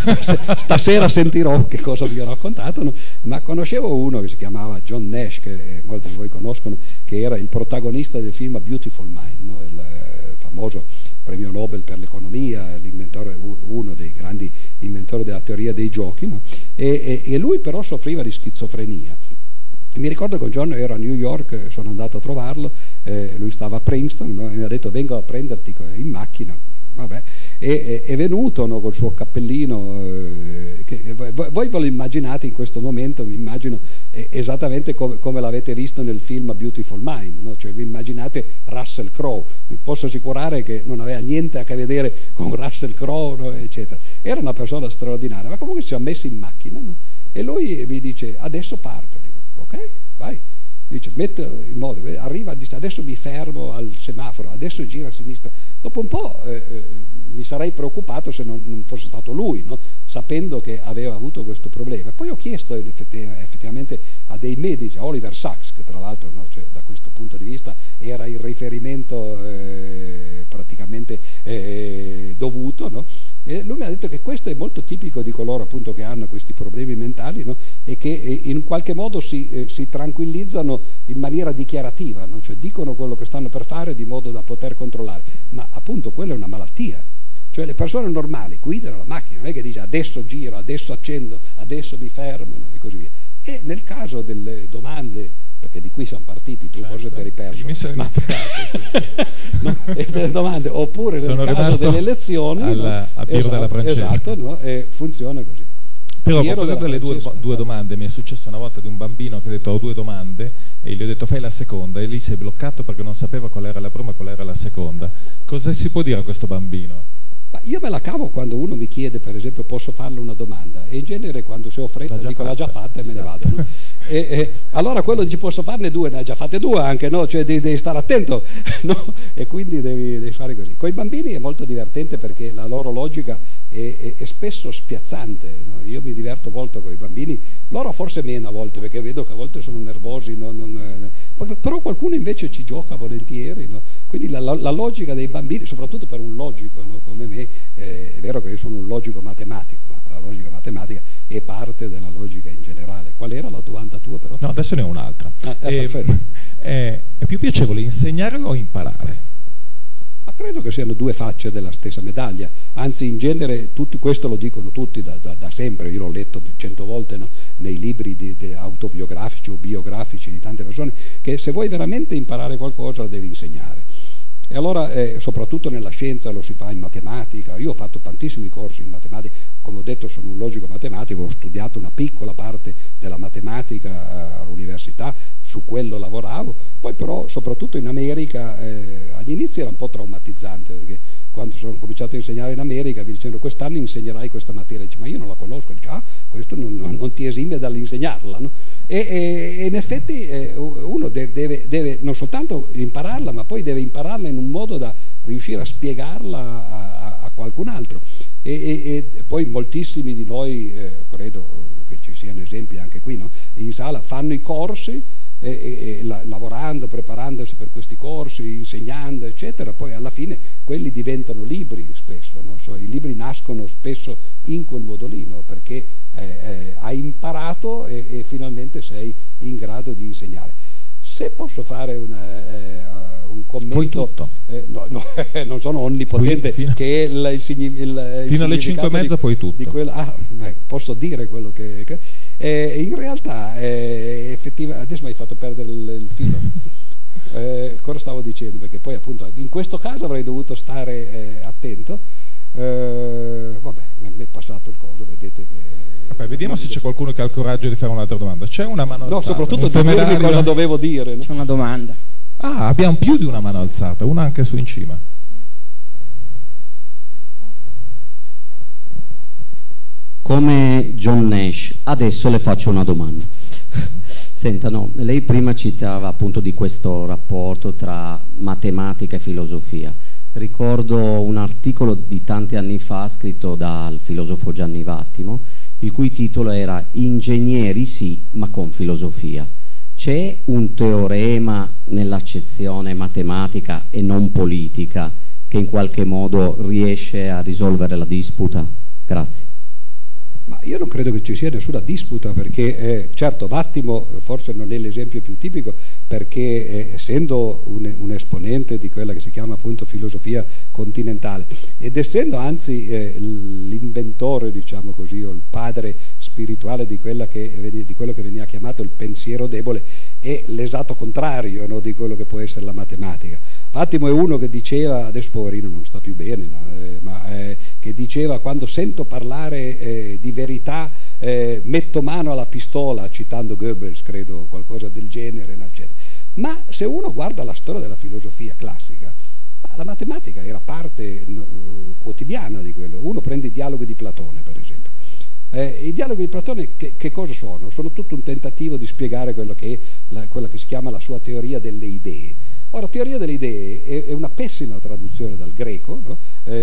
Stasera sentirò che cosa vi ho raccontato, no? Ma conoscevo uno che si chiamava John Nash, che molti di voi conoscono, che era il protagonista del film A Beautiful Mind, no? Il eh, famoso premio Nobel per l'economia, l'inventore, uno dei grandi inventori della teoria dei giochi, no? e, e, e lui però soffriva di schizofrenia. Mi ricordo che un giorno ero a New York, sono andato a trovarlo, eh, lui stava a Princeton, no? E mi ha detto vengo a prenderti in macchina, vabbè, e è venuto, no, col suo cappellino, eh, che, voi, voi ve lo immaginate in questo momento, mi immagino eh, esattamente come, come l'avete visto nel film A Beautiful Mind, no? Cioè vi immaginate Russell Crowe, vi posso assicurare che non aveva niente a che vedere con Russell Crowe, no? Eccetera. Era una persona straordinaria, ma comunque ci ha messo in macchina, no? E lui mi dice adesso parto. Ok, vai. dice, metto in modo, arriva, dice adesso mi fermo al semaforo, adesso gira a sinistra. Dopo un po' eh, mi sarei preoccupato se non, non fosse stato lui, no? Sapendo che aveva avuto questo problema. Poi ho chiesto effettivamente a dei medici, a Oliver Sacks, che tra l'altro, no, cioè, da questo punto di vista era il riferimento eh, praticamente eh, dovuto, no? E lui mi ha detto che questo è molto tipico di coloro appunto che hanno questi problemi mentali, no? E che eh, in qualche modo si, eh, si tranquillizzano in maniera dichiarativa, no? Cioè dicono quello che stanno per fare di modo da poter controllare, ma appunto quella è una malattia. Cioè le persone normali guidano la macchina, non è che dice adesso giro, adesso accendo, adesso mi fermano e così via. E nel caso delle domande, perché di qui siamo partiti, tu certo, forse ti eri perso, sì, mi sono ma, sì. no, e delle domande, oppure sono nel caso delle elezioni, alla, no? a Piero esatto, della Francesca. Esatto, no? E funziona così. Però a proposito delle due, due domande, mi è successo una volta di un bambino che ha detto ho due domande e gli ho detto fai la seconda e lì si è bloccato perché non sapeva qual era la prima e qual era la seconda. Cosa si può dire a questo bambino? Ma io me la cavo quando uno mi chiede, per esempio, posso farle una domanda, e in genere quando se ho fretta dico l'ha già fatta e me ne vado, no? e, e, allora quello dice posso farne due, ne ha già fatte due anche, no? Cioè devi, devi stare attento, no? E quindi devi, devi fare così. Con i bambini è molto divertente perché la loro logica è, è, è spesso spiazzante, no? Io mi diverto molto con i bambini, loro forse meno a volte perché vedo che a volte sono nervosi, no? Non, eh, però qualcuno invece ci gioca volentieri, no? Quindi la, la, la logica dei bambini, soprattutto per un logico, no? Come me, Eh, è vero che io sono un logico matematico, ma la logica matematica è parte della logica in generale. Qual era la domanda tua però? No, adesso ne ho un'altra. Ah, eh, eh, eh, è più piacevole insegnare o imparare? Ma credo che siano due facce della stessa medaglia, anzi in genere tutti, questo lo dicono tutti da, da, da sempre, io l'ho letto cento volte, no? Nei libri di, di autobiografici o biografici di tante persone, che se vuoi veramente imparare qualcosa lo devi insegnare. E allora eh, soprattutto nella scienza lo si fa in matematica, io ho fatto tantissimi corsi in matematica, come ho detto sono un logico matematico, ho studiato una piccola parte della matematica eh, all'università, su quello lavoravo, poi però soprattutto in America eh, agli inizi era un po' traumatizzante perché quando sono cominciato a insegnare in America mi dicevano quest'anno insegnerai questa materia, dice, ma io non la conosco, dice, ah, questo non, non, non ti esime dall'insegnarla, no? e, e, e in effetti eh, uno deve, deve, deve non soltanto impararla ma poi deve impararla in un modo da riuscire a spiegarla a, a, a qualcun altro e, e, e poi moltissimi di noi eh, credo che ci siano esempi anche qui, no? In sala fanno i corsi e, e, e la, lavorando, preparandosi per questi corsi, insegnando eccetera, poi alla fine quelli diventano libri spesso, no? So, i libri nascono spesso in quel modo lì, no? Perché eh, eh, hai imparato e, e finalmente sei in grado di insegnare. Se posso fare una, eh, un commento, eh, no, no, non sono onnipotente, fino, che è il, il, il, fino il alle cinque e mezza di, poi tutto. Di quella, ah, beh, posso dire quello che... che eh, in realtà, eh, effettivamente, adesso mi hai fatto perdere il, il filo. Eh, cosa stavo dicendo? Perché poi appunto in questo caso avrei dovuto stare eh, attento. Eh, vabbè, mi è passato il coso, vedete che... Vabbè, vediamo se c'è qualcuno che ha il coraggio di fare un'altra domanda. C'è una mano alzata? No, soprattutto di dirmi cosa dovevo dire, no? C'è una domanda. Ah, abbiamo più di una mano alzata, una anche su in cima. Come John Nash, adesso le faccio una domanda. Senta, no, lei prima citava appunto di questo rapporto tra matematica e filosofia. Ricordo un articolo di tanti anni fa scritto dal filosofo Gianni Vattimo, il cui titolo era Ingegneri sì, ma con filosofia. C'è un teorema nell'accezione matematica e non politica che in qualche modo riesce a risolvere la disputa? Grazie. Ma io non credo che ci sia nessuna disputa perché eh, certo Vattimo forse non è l'esempio più tipico perché eh, essendo un, un esponente di quella che si chiama appunto filosofia continentale ed essendo anzi eh, l'inventore, diciamo così, o il padre spirituale di, quella che, di quello che veniva chiamato il pensiero debole, è l'esatto contrario, no, di quello che può essere la matematica. Vattimo è uno che diceva, adesso poverino non sta più bene, no? eh, ma eh, che diceva quando sento parlare eh, di verità eh, metto mano alla pistola, citando Goebbels credo, qualcosa del genere, no, eccetera. Ma se uno guarda la storia della filosofia classica, la matematica era parte no, quotidiana di quello. Uno prende i dialoghi di Platone per esempio, Eh, I dialoghi di Platone che, che cosa sono? Sono tutto un tentativo di spiegare quello che è la, quella che si chiama la sua teoria delle idee. Ora, teoria delle idee è, è una pessima traduzione dal greco, no?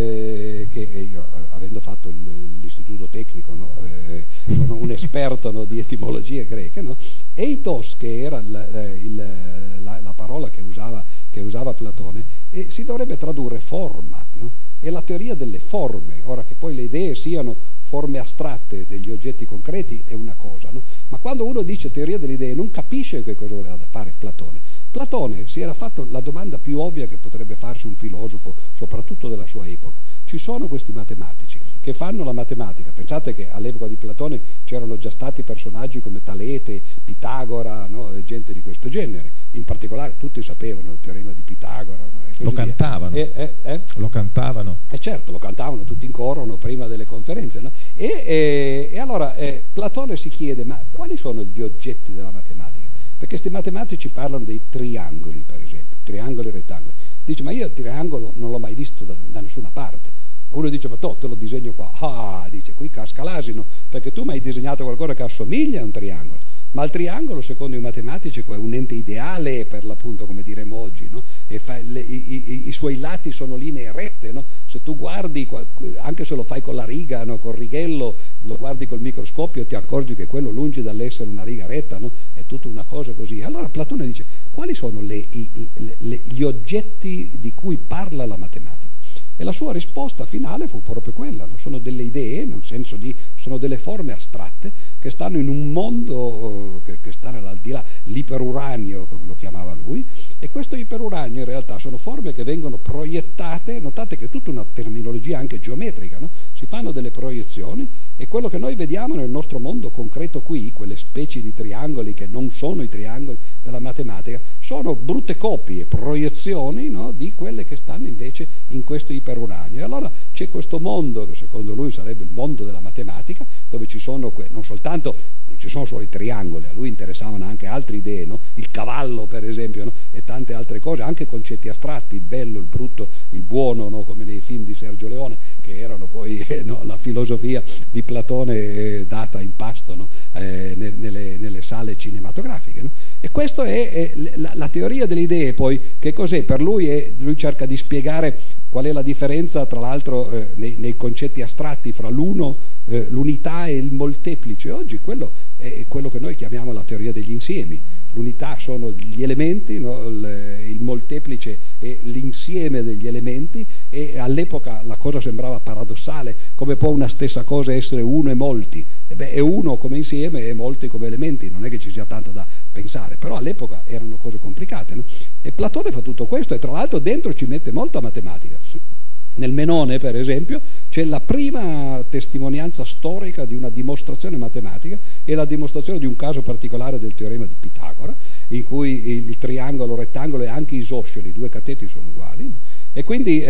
eh, che io, avendo fatto l'istituto tecnico, no? eh, sono un esperto, no, di etimologie greche, no? Eidos, che era il, il, la, la parola che usava, che usava Platone, eh, si dovrebbe tradurre forma, no? È la teoria delle forme. Ora, che poi le idee siano forme astratte degli oggetti concreti è una cosa, no? Ma quando uno dice teoria delle idee non capisce che cosa voleva fare Platone. Platone si era fatto la domanda più ovvia che potrebbe farsi un filosofo, soprattutto della sua epoca. Ci sono questi matematici che fanno la matematica. Pensate che all'epoca di Platone c'erano già stati personaggi come Talete, Pitagora, no? E gente di questo genere. In particolare tutti sapevano il teorema di Pitagora, no? E così lo via. cantavano. E, eh, eh? Lo cantavano. E certo, lo cantavano tutti in coro, no? Prima delle conferenze, no? E, e, e allora eh, Platone si chiede: ma quali sono gli oggetti della matematica? Perché questi matematici parlano dei triangoli, per esempio, triangoli e rettangoli. Dice: ma io il triangolo non l'ho mai visto da, da nessuna parte. Uno dice: ma to, te lo disegno qua. Ah, dice, qui casca l'asino, perché tu mi hai disegnato qualcosa che assomiglia a un triangolo. Ma il triangolo, secondo i matematici, è un ente ideale, per l'appunto, come diremo oggi, no? E fa, le, i, i, i suoi lati sono linee rette, no? Se tu guardi, anche se lo fai con la riga, no? Col righello, lo guardi col microscopio, ti accorgi che quello, lungi dall'essere una riga retta, no? È tutta una cosa così. Allora Platone dice: quali sono le, i, le, le, gli oggetti di cui parla la matematica? E la sua risposta finale fu proprio quella, no? Sono delle idee, nel senso di, sono delle forme astratte che stanno in un mondo che, che sta al di là, l'iperuranio, come lo chiamava lui, e questo iperuranio in realtà sono forme che vengono proiettate. Notate che è tutta una terminologia anche geometrica, no? Si fanno delle proiezioni, e quello che noi vediamo nel nostro mondo concreto qui, quelle specie di triangoli che non sono i triangoli della matematica, sono brutte copie, proiezioni, no? Di quelle che stanno invece in questo iperuranio. E allora c'è questo mondo che secondo lui sarebbe il mondo della matematica, dove ci sono non soltanto non ci sono solo i triangoli, a lui interessavano anche altre idee, no? Il cavallo, per esempio, no? E tante altre cose, anche concetti astratti, il bello, il brutto, il buono, no? Come nei film di Sergio Leone, che erano poi eh, no? la filosofia di Platone eh, data in pasto, no? eh, ne, nelle, nelle sale cinematografiche, no? E questa è, è la, la teoria delle idee. Poi che cos'è? Per lui è, lui cerca di spiegare qual è la differenza, tra l'altro, eh, nei, nei concetti astratti fra l'uno, eh, l'unità e il molteplice. Oggi quello è quello che noi chiamiamo la teoria degli insiemi. L'unità sono gli elementi, no? il, il molteplice è l'insieme degli elementi, e all'epoca la cosa sembrava paradossale: come può una stessa cosa essere uno e molti? E beh, è uno come insieme e molti come elementi, non è che ci sia tanto da pensare, però all'epoca erano cose complicate, no? E Platone fa tutto questo, e tra l'altro dentro ci mette molta matematica. Nel Menone, per esempio, c'è la prima testimonianza storica di una dimostrazione matematica, e la dimostrazione di un caso particolare del teorema di Pitagora, in cui il, il triangolo, il rettangolo e anche isosceli, i due cateti sono uguali, no? E quindi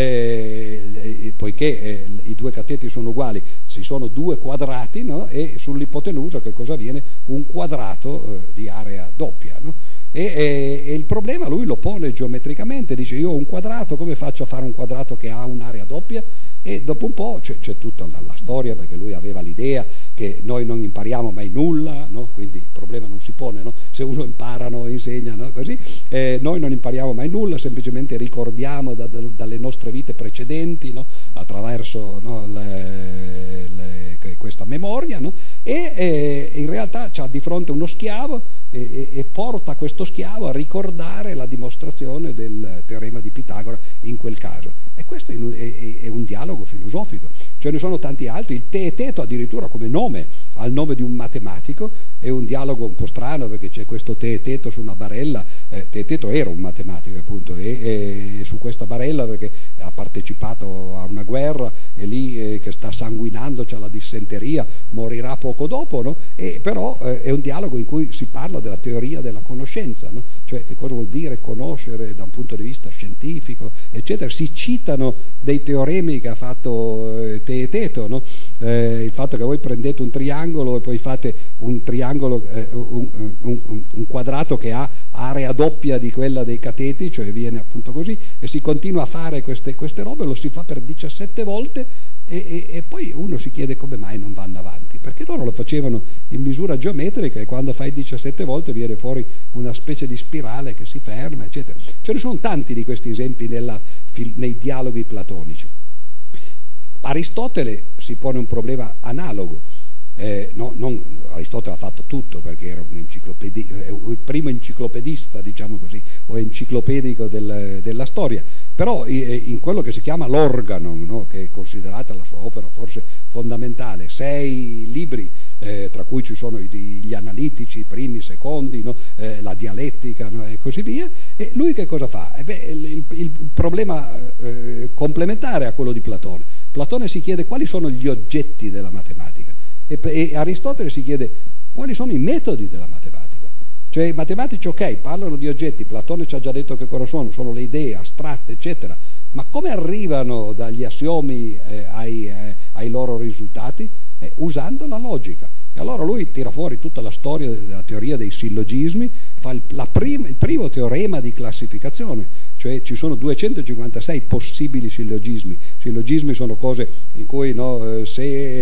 eh, poiché eh, i due cateti sono uguali, ci sono due quadrati, no? E sull'ipotenusa che cosa viene? Un quadrato eh, di area doppia, no? E, e, e il problema lui lo pone geometricamente, dice: io ho un quadrato, come faccio a fare un quadrato che ha un'area doppia? E dopo un po' c'è, c'è tutta la storia, perché lui aveva l'idea che noi non impariamo mai nulla, no? Quindi il problema non si pone, no? Se uno impara, no? Insegna, no? Così, eh, noi non impariamo mai nulla, semplicemente ricordiamo da, da, dalle nostre vite precedenti, no? Attraverso, no? le, le, questa memoria, no? E eh, in realtà c'ha di fronte uno schiavo, e, e, e porta questo schiavo a ricordare la dimostrazione del teorema di Pitagora in quel caso. E questo è, è, è un dialogo filosofico. Ce ne sono tanti altri. Il Teeteto addirittura come nome, al nome di un matematico. È un dialogo un po' strano, perché c'è questo Teeteto su una barella. eh, Teeteto era un matematico, appunto, e, e su questa barella, perché ha partecipato a una guerra, e lì eh, che sta sanguinando, c'ha la dissenteria, morirà poco dopo, no? E però eh, è un dialogo in cui si parla della teoria della conoscenza, no? Cioè che cosa vuol dire conoscere da un punto di vista scientifico, eccetera. Si citano dei teoremi che ha fatto eh, te e teto, no? Eh, il fatto che voi prendete un triangolo e poi fate un triangolo, eh, un, un, un quadrato che ha area doppia di quella dei cateti, cioè viene appunto così, e si continua a fare queste, queste robe, lo si fa per diciassette volte e, e, e poi uno si chiede come mai non vanno avanti, perché loro lo facevano in misura geometrica e quando fai diciassette volte viene fuori una specie di spirale che si ferma, eccetera. Ce ne sono tanti di questi esempi nella, nei dialoghi platonici. Aristotele si pone un problema analogo. Eh, no, non, Aristotele ha fatto tutto perché era un enciclopedi, eh, il primo enciclopedista, diciamo così, o enciclopedico del, della storia, però eh, in quello che si chiama l'Organon, no, che è considerata la sua opera forse fondamentale, sei libri, eh, tra cui ci sono i, gli analitici, i primi, i secondi, no, eh, la dialettica, no, e così via, e lui che cosa fa? Eh beh, il, il, il problema eh, complementare a quello di Platone. Platone si chiede quali sono gli oggetti della matematica. E Aristotele si chiede quali sono i metodi della matematica. Cioè i matematici, ok, parlano di oggetti, Platone ci ha già detto che cosa sono, sono le idee astratte, eccetera, ma come arrivano dagli assiomi eh, ai, eh, ai loro risultati? Eh, usando la logica. E allora lui tira fuori tutta la storia della teoria dei sillogismi, fa il, la prim, il primo teorema di classificazione, cioè ci sono duecentocinquantasei possibili sillogismi. Sillogismi sono cose in cui no, eh,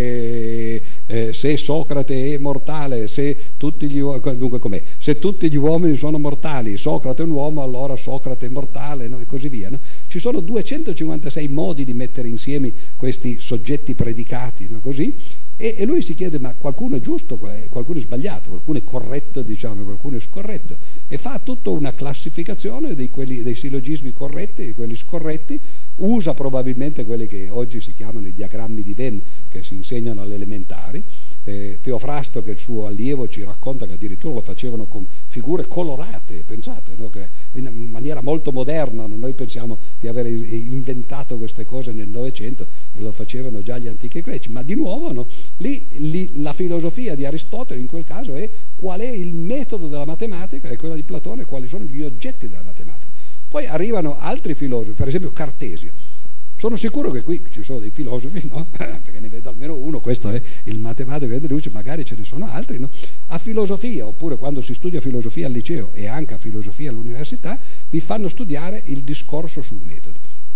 se, eh, se Socrate è mortale, se tutti gli, dunque com'è? Se tutti gli uomini sono mortali, Socrate è un uomo, allora Socrate è mortale, no? E così via. No? Ci sono duecentocinquantasei modi di mettere insieme questi soggetti predicati, no? Così. E, e lui si chiede, ma qualcuno è giusto, qualcuno è sbagliato, qualcuno è corretto, diciamo, qualcuno è scorretto, e fa tutta una classificazione dei, quelli, dei sillogismi corretti e quelli scorretti, usa probabilmente quelli che oggi si chiamano i diagrammi di Venn, che si insegnano alle elementari. eh, Teofrasto, che è il suo allievo, ci racconta che addirittura lo facevano con figure colorate, pensate, no? Che in maniera molto moderna, no? Noi pensiamo di aver inventato queste cose nel Novecento e lo facevano già gli antichi greci, ma di nuovo no? lì, lì la filosofia di Aristotele in quel caso è qual è il metodo della matematica, e quella di Platone quali sono gli oggetti della matematica. Poi arrivano altri filosofi, per esempio Cartesio. Sono sicuro che qui ci sono dei filosofi, no? Perché ne vedo almeno uno, questo è il matematico che deduce, magari ce ne sono altri, no? A filosofia, oppure quando si studia filosofia al liceo e anche a filosofia all'università, vi fanno studiare il discorso sul metodo.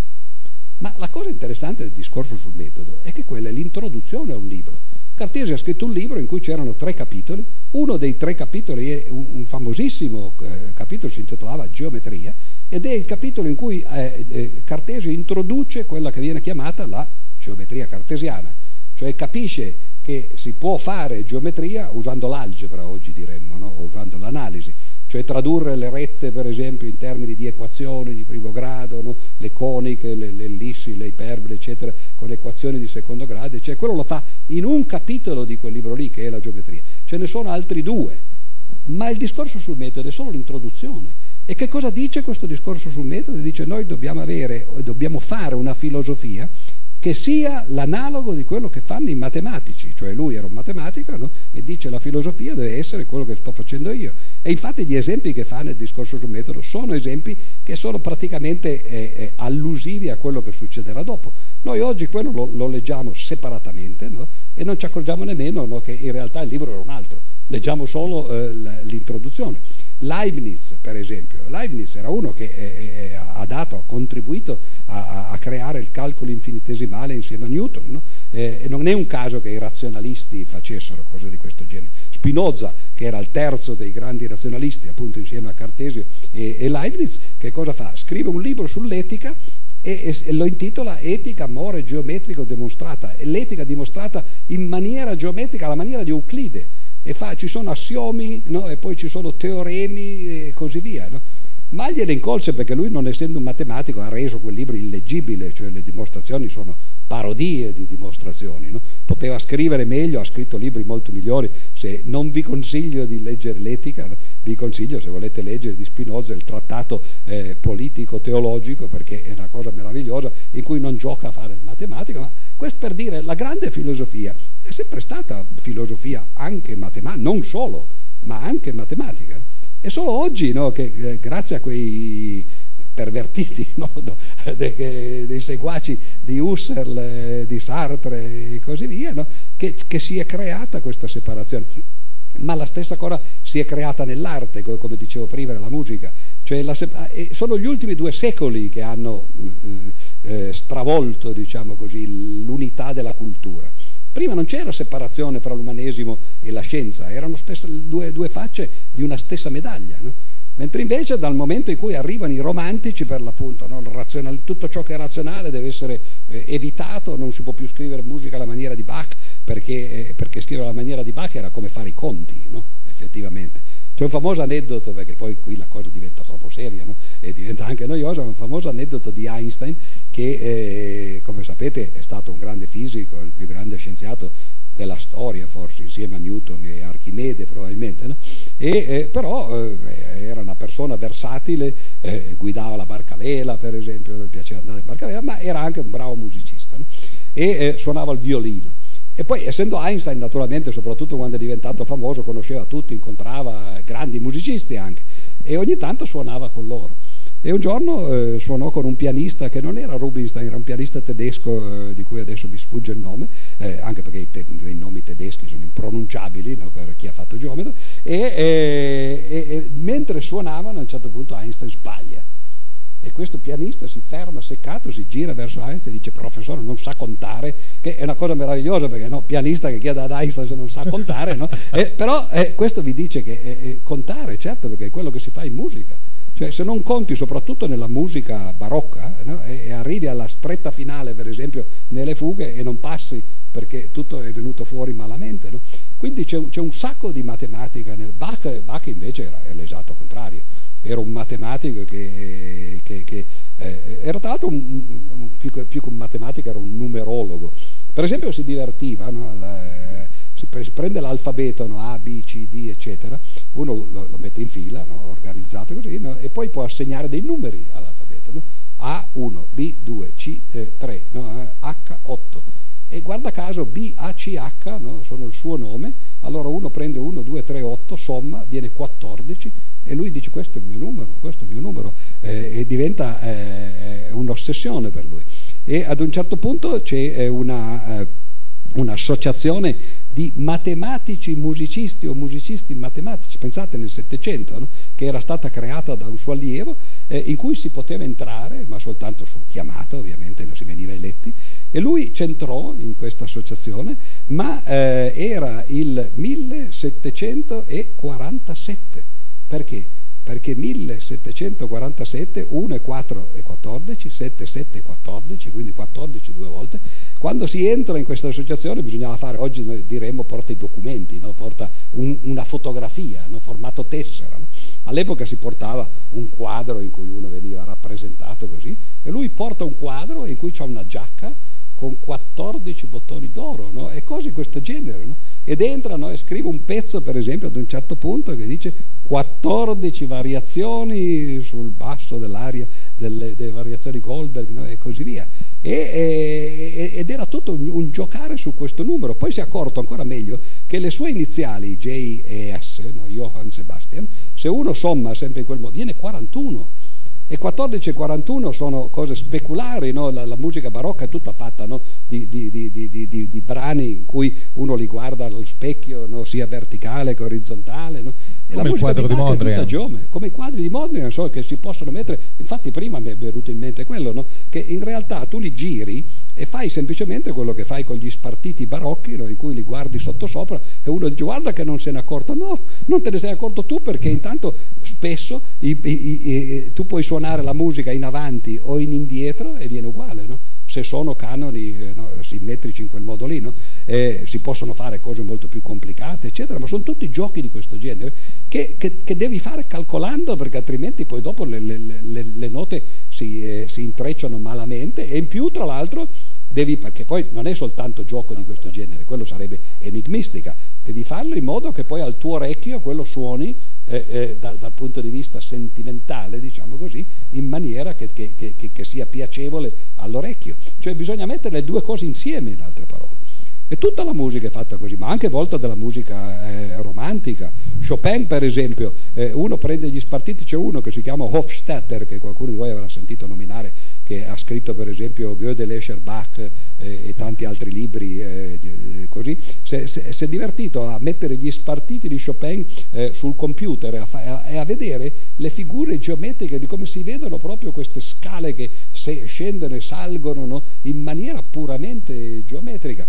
Ma la cosa interessante del discorso sul metodo è che quella è l'introduzione a un libro. Cartesio ha scritto un libro in cui c'erano tre capitoli. Uno dei tre capitoli è un, un famosissimo eh, capitolo, si intitolava Geometria, ed è il capitolo in cui eh, eh, Cartesio introduce quella che viene chiamata la geometria cartesiana, cioè capisce che si può fare geometria usando l'algebra, oggi diremmo, no? O usando l'analisi, cioè tradurre le rette per esempio in termini di equazioni di primo grado, no? Le coniche, le, le ellissi, le iperbole eccetera, con equazioni di secondo grado, cioè quello lo fa in un capitolo di quel libro lì che è la geometria. Ce ne sono altri due, ma il discorso sul metodo è solo l'introduzione. E che cosa dice questo discorso sul metodo? Dice: noi dobbiamo avere, dobbiamo fare una filosofia che sia l'analogo di quello che fanno i matematici, cioè lui era un matematico, no? E dice la filosofia deve essere quello che sto facendo io. E infatti gli esempi che fa nel discorso sul metodo sono esempi che sono praticamente eh, eh, allusivi a quello che succederà dopo. Noi oggi quello lo, lo leggiamo separatamente, no? E non ci accorgiamo nemmeno, no, che in realtà il libro era un altro, leggiamo solo eh, l'introduzione. Leibniz, per esempio, Leibniz era uno che eh, ha dato, ha contribuito a, a creare il calcolo infinitesimale insieme a Newton, no? eh, e non è un caso che i razionalisti facessero cose di questo genere. Spinoza, che era il terzo dei grandi razionalisti, appunto insieme a Cartesio e, e Leibniz, che cosa fa? Scrive un libro sull'etica e, e lo intitola Etica More Geometrico Demonstrata, e l'etica dimostrata in maniera geometrica, alla maniera di Euclide. E fa, ci sono assiomi, no? E poi ci sono teoremi e così via, no? Ma gliene incolse perché lui, non essendo un matematico, ha reso quel libro illeggibile, cioè le dimostrazioni sono parodie di dimostrazioni, no? Poteva scrivere meglio, ha scritto libri molto migliori. Se non vi consiglio di leggere l'etica, no? Vi consiglio, se volete leggere di Spinoza, il trattato eh, politico-teologico, perché è una cosa meravigliosa in cui non gioca a fare il matematico. Ma questo per dire, la grande filosofia è sempre stata filosofia anche matematica, non solo, ma anche matematica. È solo oggi, no, che eh, grazie a quei pervertiti, no? De, dei seguaci di Husserl, di Sartre e così via, no? che, che si è creata questa separazione. Ma la stessa cosa si è creata nell'arte, come dicevo prima, nella musica. Cioè la, sono gli ultimi due secoli che hanno eh, stravolto, diciamo così, l'unità della cultura. Prima non c'era separazione fra l'umanesimo e la scienza, erano stesse, due, due facce di una stessa medaglia, no? Mentre invece dal momento in cui arrivano i romantici, per l'appunto, no? tutto ciò che è razionale deve essere eh, evitato, non si può più scrivere musica alla maniera di Bach, perché, eh, perché scrivere alla maniera di Bach era come fare i conti, no? Effettivamente. C'è un famoso aneddoto, perché poi qui la cosa diventa troppo seria, no? E diventa anche noiosa, un famoso aneddoto di Einstein che, eh, come sapete, è stato un grande fisico, il più grande scienziato della storia, forse insieme a Newton e Archimede probabilmente, no? E, eh, però eh, era una persona versatile, eh, guidava la barca a vela per esempio, mi piaceva andare in barca a vela, ma era anche un bravo musicista, no? E eh, suonava il violino. E poi, essendo Einstein, naturalmente, soprattutto quando è diventato famoso, conosceva tutti, incontrava grandi musicisti anche, e ogni tanto suonava con loro. E un giorno eh, suonò con un pianista che non era Rubinstein, era un pianista tedesco eh, di cui adesso mi sfugge il nome, eh, anche perché i, te i nomi tedeschi sono impronunciabili, no, per chi ha fatto geometra, e, e, e, e mentre suonavano a un certo punto Einstein sbaglia. E questo pianista si ferma seccato, si gira verso Einstein e dice: professore, non sa contare, che è una cosa meravigliosa, perché no, pianista che chiede ad Einstein se non sa contare, no? eh, però eh, questo vi dice che eh, contare, certo, perché è quello che si fa in musica. Cioè, se non conti, soprattutto nella musica barocca, no? e, e arrivi alla stretta finale, per esempio nelle fughe, e non passi perché tutto è venuto fuori malamente, no? Quindi c'è un sacco di matematica nel Bach. Bach invece era, era l'esatto contrario, era un matematico che, che, che eh, era tra l'altro un, un, più, più che un matematico, era un numerologo. Per esempio si divertiva, no? La, si prende l'alfabeto, no? A, B, C, D, eccetera, uno lo, lo mette in fila, no? Organizzato così, no? E poi può assegnare dei numeri all'alfabeto, no? A uno, B due, C tre, no? H otto. E guarda caso B A C H, no? Sono il suo nome, allora uno prende uno, due, tre, otto, somma, viene quattordici, e lui dice: questo è il mio numero, questo è il mio numero, eh, e diventa eh, un'ossessione per lui. E ad un certo punto c'è eh, una... Eh, un'associazione di matematici musicisti o musicisti matematici, pensate nel Settecento, no? Che era stata creata da un suo allievo, eh, in cui si poteva entrare, ma soltanto su chiamata, ovviamente non si veniva eletti, e lui c'entrò in questa associazione, ma eh, era il millesettecentoquarantasette. Perché? Perché millesettecentoquarantasette, uno e quattro è quattordici, sette, sette è quattordici, quindi quattordici due volte. Quando si entra in questa associazione bisognava fare, oggi noi diremmo porta i documenti, no? Porta un, una fotografia, no? Formato tessera, no? All'epoca si portava un quadro in cui uno veniva rappresentato così, e lui porta un quadro in cui c'è una giacca con quattordici bottoni d'oro, no? E cose di questo genere, no? Ed entra, no? E scrive un pezzo, per esempio, ad un certo punto, che dice quattordici variazioni sul basso dell'aria, delle, delle variazioni Goldberg, no? E così via. E, e, ed era tutto un, un giocare su questo numero. Poi si è accorto ancora meglio che le sue iniziali, J e S, no? Johann Sebastian, se uno somma sempre in quel modo, viene quarantuno. E quattordici e quarantuno sono cose speculari, no? la, la musica barocca è tutta fatta, no? di, di, di, di, di, di brani in cui uno li guarda allo specchio, no? Sia verticale che orizzontale, no? E come la il quadro di, di Mondrian, geome, come i quadri di Mondrian, so, che si possono mettere. Infatti prima mi è venuto in mente quello, no? Che in realtà tu li giri e fai semplicemente quello che fai con gli spartiti barocchi, no? In cui li guardi sottosopra e uno dice: guarda che non se n'è accorto. No, non te ne sei accorto tu, perché intanto spesso i, i, i, tu puoi suonare la musica in avanti o in indietro e viene uguale, no? Se sono canoni, eh, no, simmetrici in quel modo lì, no? Eh, si possono fare cose molto più complicate, eccetera, ma sono tutti giochi di questo genere che, che, che devi fare calcolando, perché altrimenti poi dopo le, le, le, le note si, eh, si intrecciano malamente, e in più, tra l'altro, devi, perché poi non è soltanto gioco di questo genere, quello sarebbe enigmistica, devi farlo in modo che poi al tuo orecchio quello suoni eh, eh, da, dal punto di vista sentimentale, diciamo così, in maniera che, che, che, che sia piacevole all'orecchio. Cioè bisogna mettere le due cose insieme, in altre parole. E tutta la musica è fatta così, ma anche volta della musica eh, romantica. Chopin, per esempio, eh, uno prende gli spartiti, c'è uno che si chiama Hofstadter, che qualcuno di voi avrà sentito nominare, che ha scritto per esempio Goethe, Escher, Bach eh, e tanti altri libri eh, così. Si è divertito a mettere gli spartiti di Chopin eh, sul computer e a, a, a vedere le figure geometriche di come si vedono proprio queste scale che se scendono e salgono, no, in maniera puramente geometrica.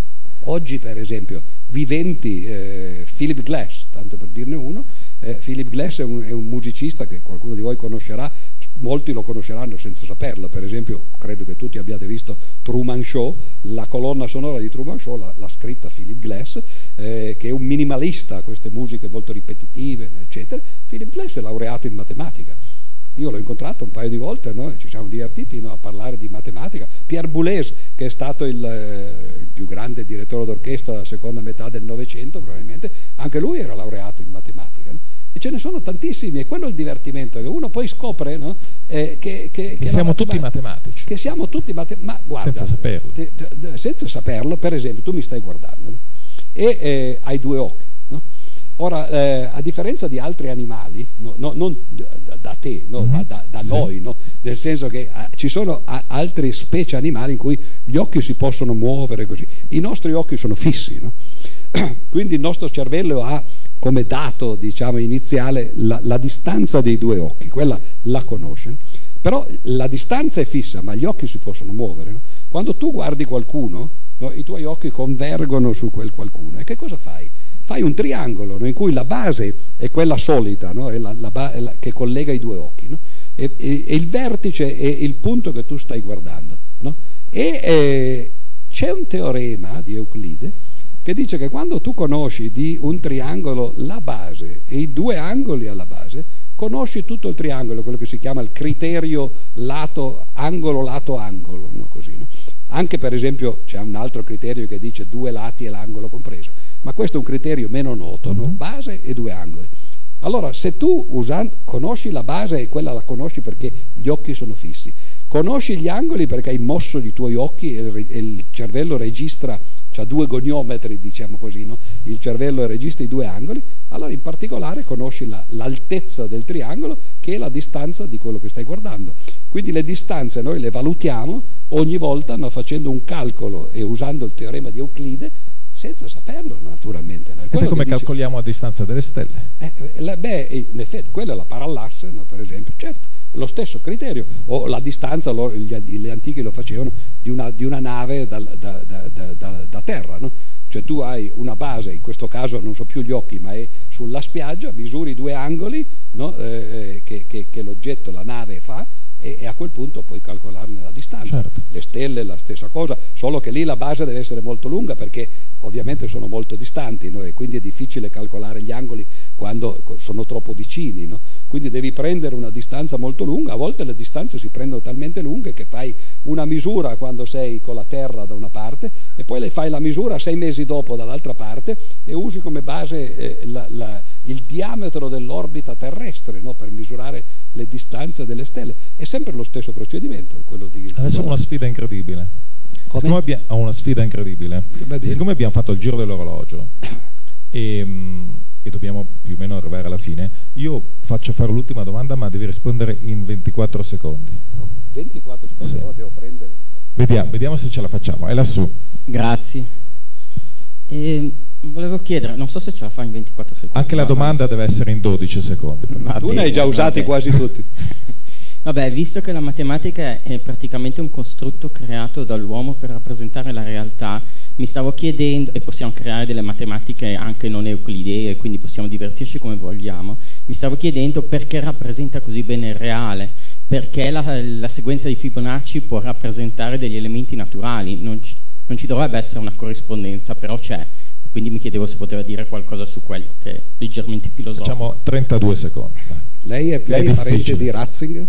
Oggi per esempio viventi eh, Philip Glass, tanto per dirne uno, eh, Philip Glass è un, è un musicista che qualcuno di voi conoscerà, molti lo conosceranno senza saperlo. Per esempio credo che tutti abbiate visto Truman Show, la colonna sonora di Truman Show l'ha scritta Philip Glass, eh, che è un minimalista, queste musiche molto ripetitive eccetera. Philip Glass è laureato in matematica. Io l'ho incontrato un paio di volte, no? Ci siamo divertiti, no? A parlare di matematica. Pierre Boulez, che è stato il, eh, il più grande direttore d'orchestra della seconda metà del Novecento, probabilmente, anche lui era laureato in matematica, no? E ce ne sono tantissimi, e quello è il divertimento, che uno poi scopre, no? eh, che, che, che, che siamo tutti matematici. Che siamo tutti matematici, ma guarda, senza saperlo. Te, te, senza saperlo, per esempio, tu mi stai guardando, no? E eh, hai due occhi, no? Ora, eh, a differenza di altri animali, no, no, non da, da te, no, mm-hmm. ma da, da sì. noi, no? Nel senso che eh, ci sono a, altre specie animali in cui gli occhi si possono muovere così. I nostri occhi sono fissi, no? Quindi il nostro cervello ha come dato, diciamo, iniziale la, la distanza dei due occhi, quella la conosce. Però la distanza è fissa, ma gli occhi si possono muovere, no? Quando tu guardi qualcuno, no, i tuoi occhi convergono su quel qualcuno, e che cosa fai? Fai un triangolo, no, in cui la base è quella solita, no, è la, la, è la, che collega i due occhi, no? e, e, e il vertice è il punto che tu stai guardando, no? E eh, c'è un teorema di Euclide che dice che quando tu conosci di un triangolo la base e i due angoli alla base, conosci tutto il triangolo, quello che si chiama il criterio lato angolo lato angolo, no? Così, no? Anche per esempio c'è un altro criterio che dice due lati e l'angolo compreso, ma questo è un criterio meno noto, no? Base e due angoli. Allora, se tu usando, conosci la base, e quella la conosci perché gli occhi sono fissi, conosci gli angoli perché hai mosso i tuoi occhi e il, e il cervello registra, c'ha due goniometri, diciamo così, no? Il cervello registra i due angoli, allora in particolare conosci la, l'altezza del triangolo, che è la distanza di quello che stai guardando. Quindi le distanze noi le valutiamo ogni volta, no? Facendo un calcolo e usando il teorema di Euclide, senza saperlo naturalmente, no? Ed è come dice, calcoliamo a distanza delle stelle. Eh, la, beh, in effetti quella è la parallasse, no? Per esempio, certo, lo stesso criterio, o la distanza, lo, gli, gli antichi lo facevano di una, di una nave da, da, da, da, da, da terra, no? Cioè tu hai una base, in questo caso non so più gli occhi, ma è sulla spiaggia, misuri due angoli, no? eh, che, che, che l'oggetto, la nave fa, e, e a quel punto puoi calcolarne la distanza. Certo. Le stelle la stessa cosa, solo che lì la base deve essere molto lunga perché ovviamente sono molto distanti, no? E quindi è difficile calcolare gli angoli quando sono troppo vicini, no? Quindi devi prendere una distanza molto lunga. A volte le distanze si prendono talmente lunghe che fai una misura quando sei con la Terra da una parte e poi le fai la misura sei mesi dopo dall'altra parte e usi come base eh, la, la, il diametro dell'orbita terrestre, no? Per misurare le distanze delle stelle. È sempre lo stesso procedimento, quello di... Adesso ho una sfida incredibile. Come? Siccome abbiamo, ho una sfida incredibile. Siccome abbiamo fatto il giro dell'orologio e, e dobbiamo più o meno arrivare alla fine, io faccio fare l'ultima domanda, ma devi rispondere in ventiquattro secondi. ventiquattro secondi? Sì. Oh, devo prendere. Vediamo, vediamo se ce la facciamo. È lassù. Grazie. E volevo chiedere, non so se ce la fa in ventiquattro secondi. Anche la domanda deve essere in dodici secondi. Ma tu ne hai già usati quasi tutti. Vabbè, visto che la matematica è praticamente un costrutto creato dall'uomo per rappresentare la realtà, mi stavo chiedendo, e possiamo creare delle matematiche anche non euclidee, quindi possiamo divertirci come vogliamo, mi stavo chiedendo perché rappresenta così bene il reale, perché la, la sequenza di Fibonacci può rappresentare degli elementi naturali, non ci, non ci dovrebbe essere una corrispondenza, però c'è. Quindi mi chiedevo se poteva dire qualcosa su quello, che è leggermente filosofico. Facciamo trentadue secondi. Lei è, lei è parente di Ratzinger?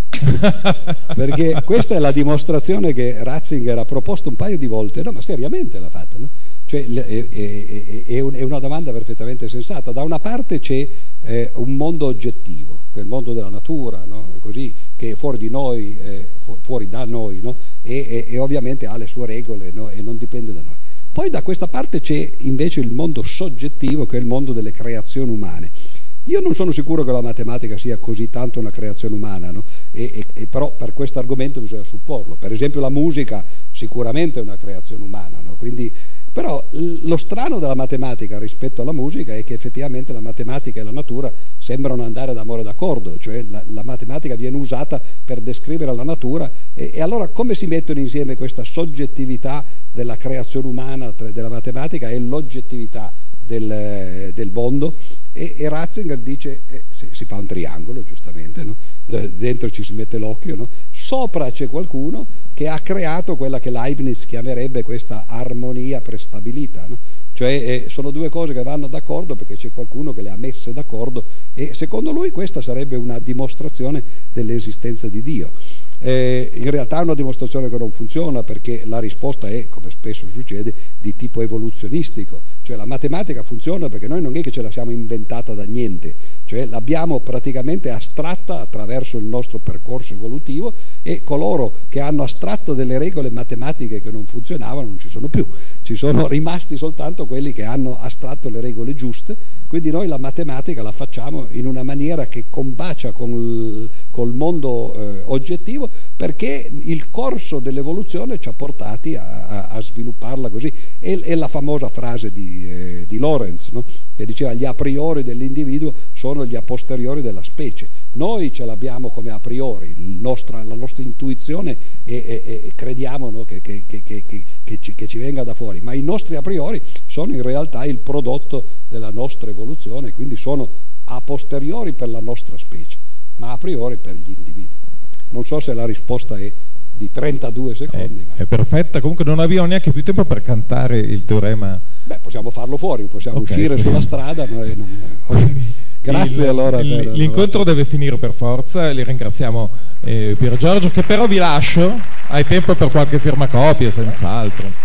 Perché questa è la dimostrazione che Ratzinger ha proposto un paio di volte, no, ma seriamente l'ha fatta, no? Cioè, è, è, è, è una domanda perfettamente sensata. Da una parte c'è eh, un mondo oggettivo, che è il mondo della natura, no? Così, che è fuori di noi, eh, fu fuori da noi, no? e, e, e ovviamente ha le sue regole, no? E non dipende da noi. Poi da questa parte c'è invece il mondo soggettivo, che è il mondo delle creazioni umane. Io non sono sicuro che la matematica sia così tanto una creazione umana, no? e, e, e però per questo argomento bisogna supporlo. Per esempio la musica sicuramente è una creazione umana, no? Quindi, però lo strano della matematica rispetto alla musica è che effettivamente la matematica e la natura sembrano andare d'amore d'accordo, cioè la, la matematica viene usata per descrivere la natura e, e allora come si mettono insieme questa soggettività della creazione umana, tra, della matematica, e l'oggettività del, del mondo? E, e Ratzinger dice, eh, si, si fa un triangolo giustamente, no? Dentro ci si mette l'occhio, no? Sopra c'è qualcuno che ha creato quella che Leibniz chiamerebbe questa armonia prestabilita, no? Cioè eh, sono due cose che vanno d'accordo perché c'è qualcuno che le ha messe d'accordo e secondo lui questa sarebbe una dimostrazione dell'esistenza di Dio. Eh, in realtà è una dimostrazione che non funziona perché la risposta è, come spesso succede, di tipo evoluzionistico, cioè la matematica funziona perché noi non è che ce la siamo inventata da niente, cioè l'abbiamo praticamente astratta attraverso il nostro percorso evolutivo e coloro che hanno astratto delle regole matematiche che non funzionavano non ci sono più, ci sono rimasti soltanto quelli che hanno astratto le regole giuste, quindi noi la matematica la facciamo in una maniera che combacia con il, col mondo eh, oggettivo, perché il corso dell'evoluzione ci ha portati a, a, a svilupparla così. È, è la famosa frase di, eh, di Lorenz, no? Che diceva gli a priori dell'individuo sono gli a posteriori della specie. Noi ce l'abbiamo come a priori, il nostra, la nostra intuizione e, e, e crediamo, no? che, che, che, che, che, ci, che ci venga da fuori, ma i nostri a priori sono in realtà il prodotto della nostra evoluzione, quindi sono a posteriori per la nostra specie, ma a priori per gli individui. Non so se la risposta è di trentadue secondi. È, ma... è perfetta, comunque non abbiamo neanche più tempo per cantare il teorema. Beh, possiamo farlo fuori, possiamo okay. uscire sulla strada. Ma non... Grazie il, allora. L'incontro vostra... deve finire per forza, li ringraziamo eh, Pier Giorgio, che però vi lascio, hai tempo per qualche firmacopia senz'altro.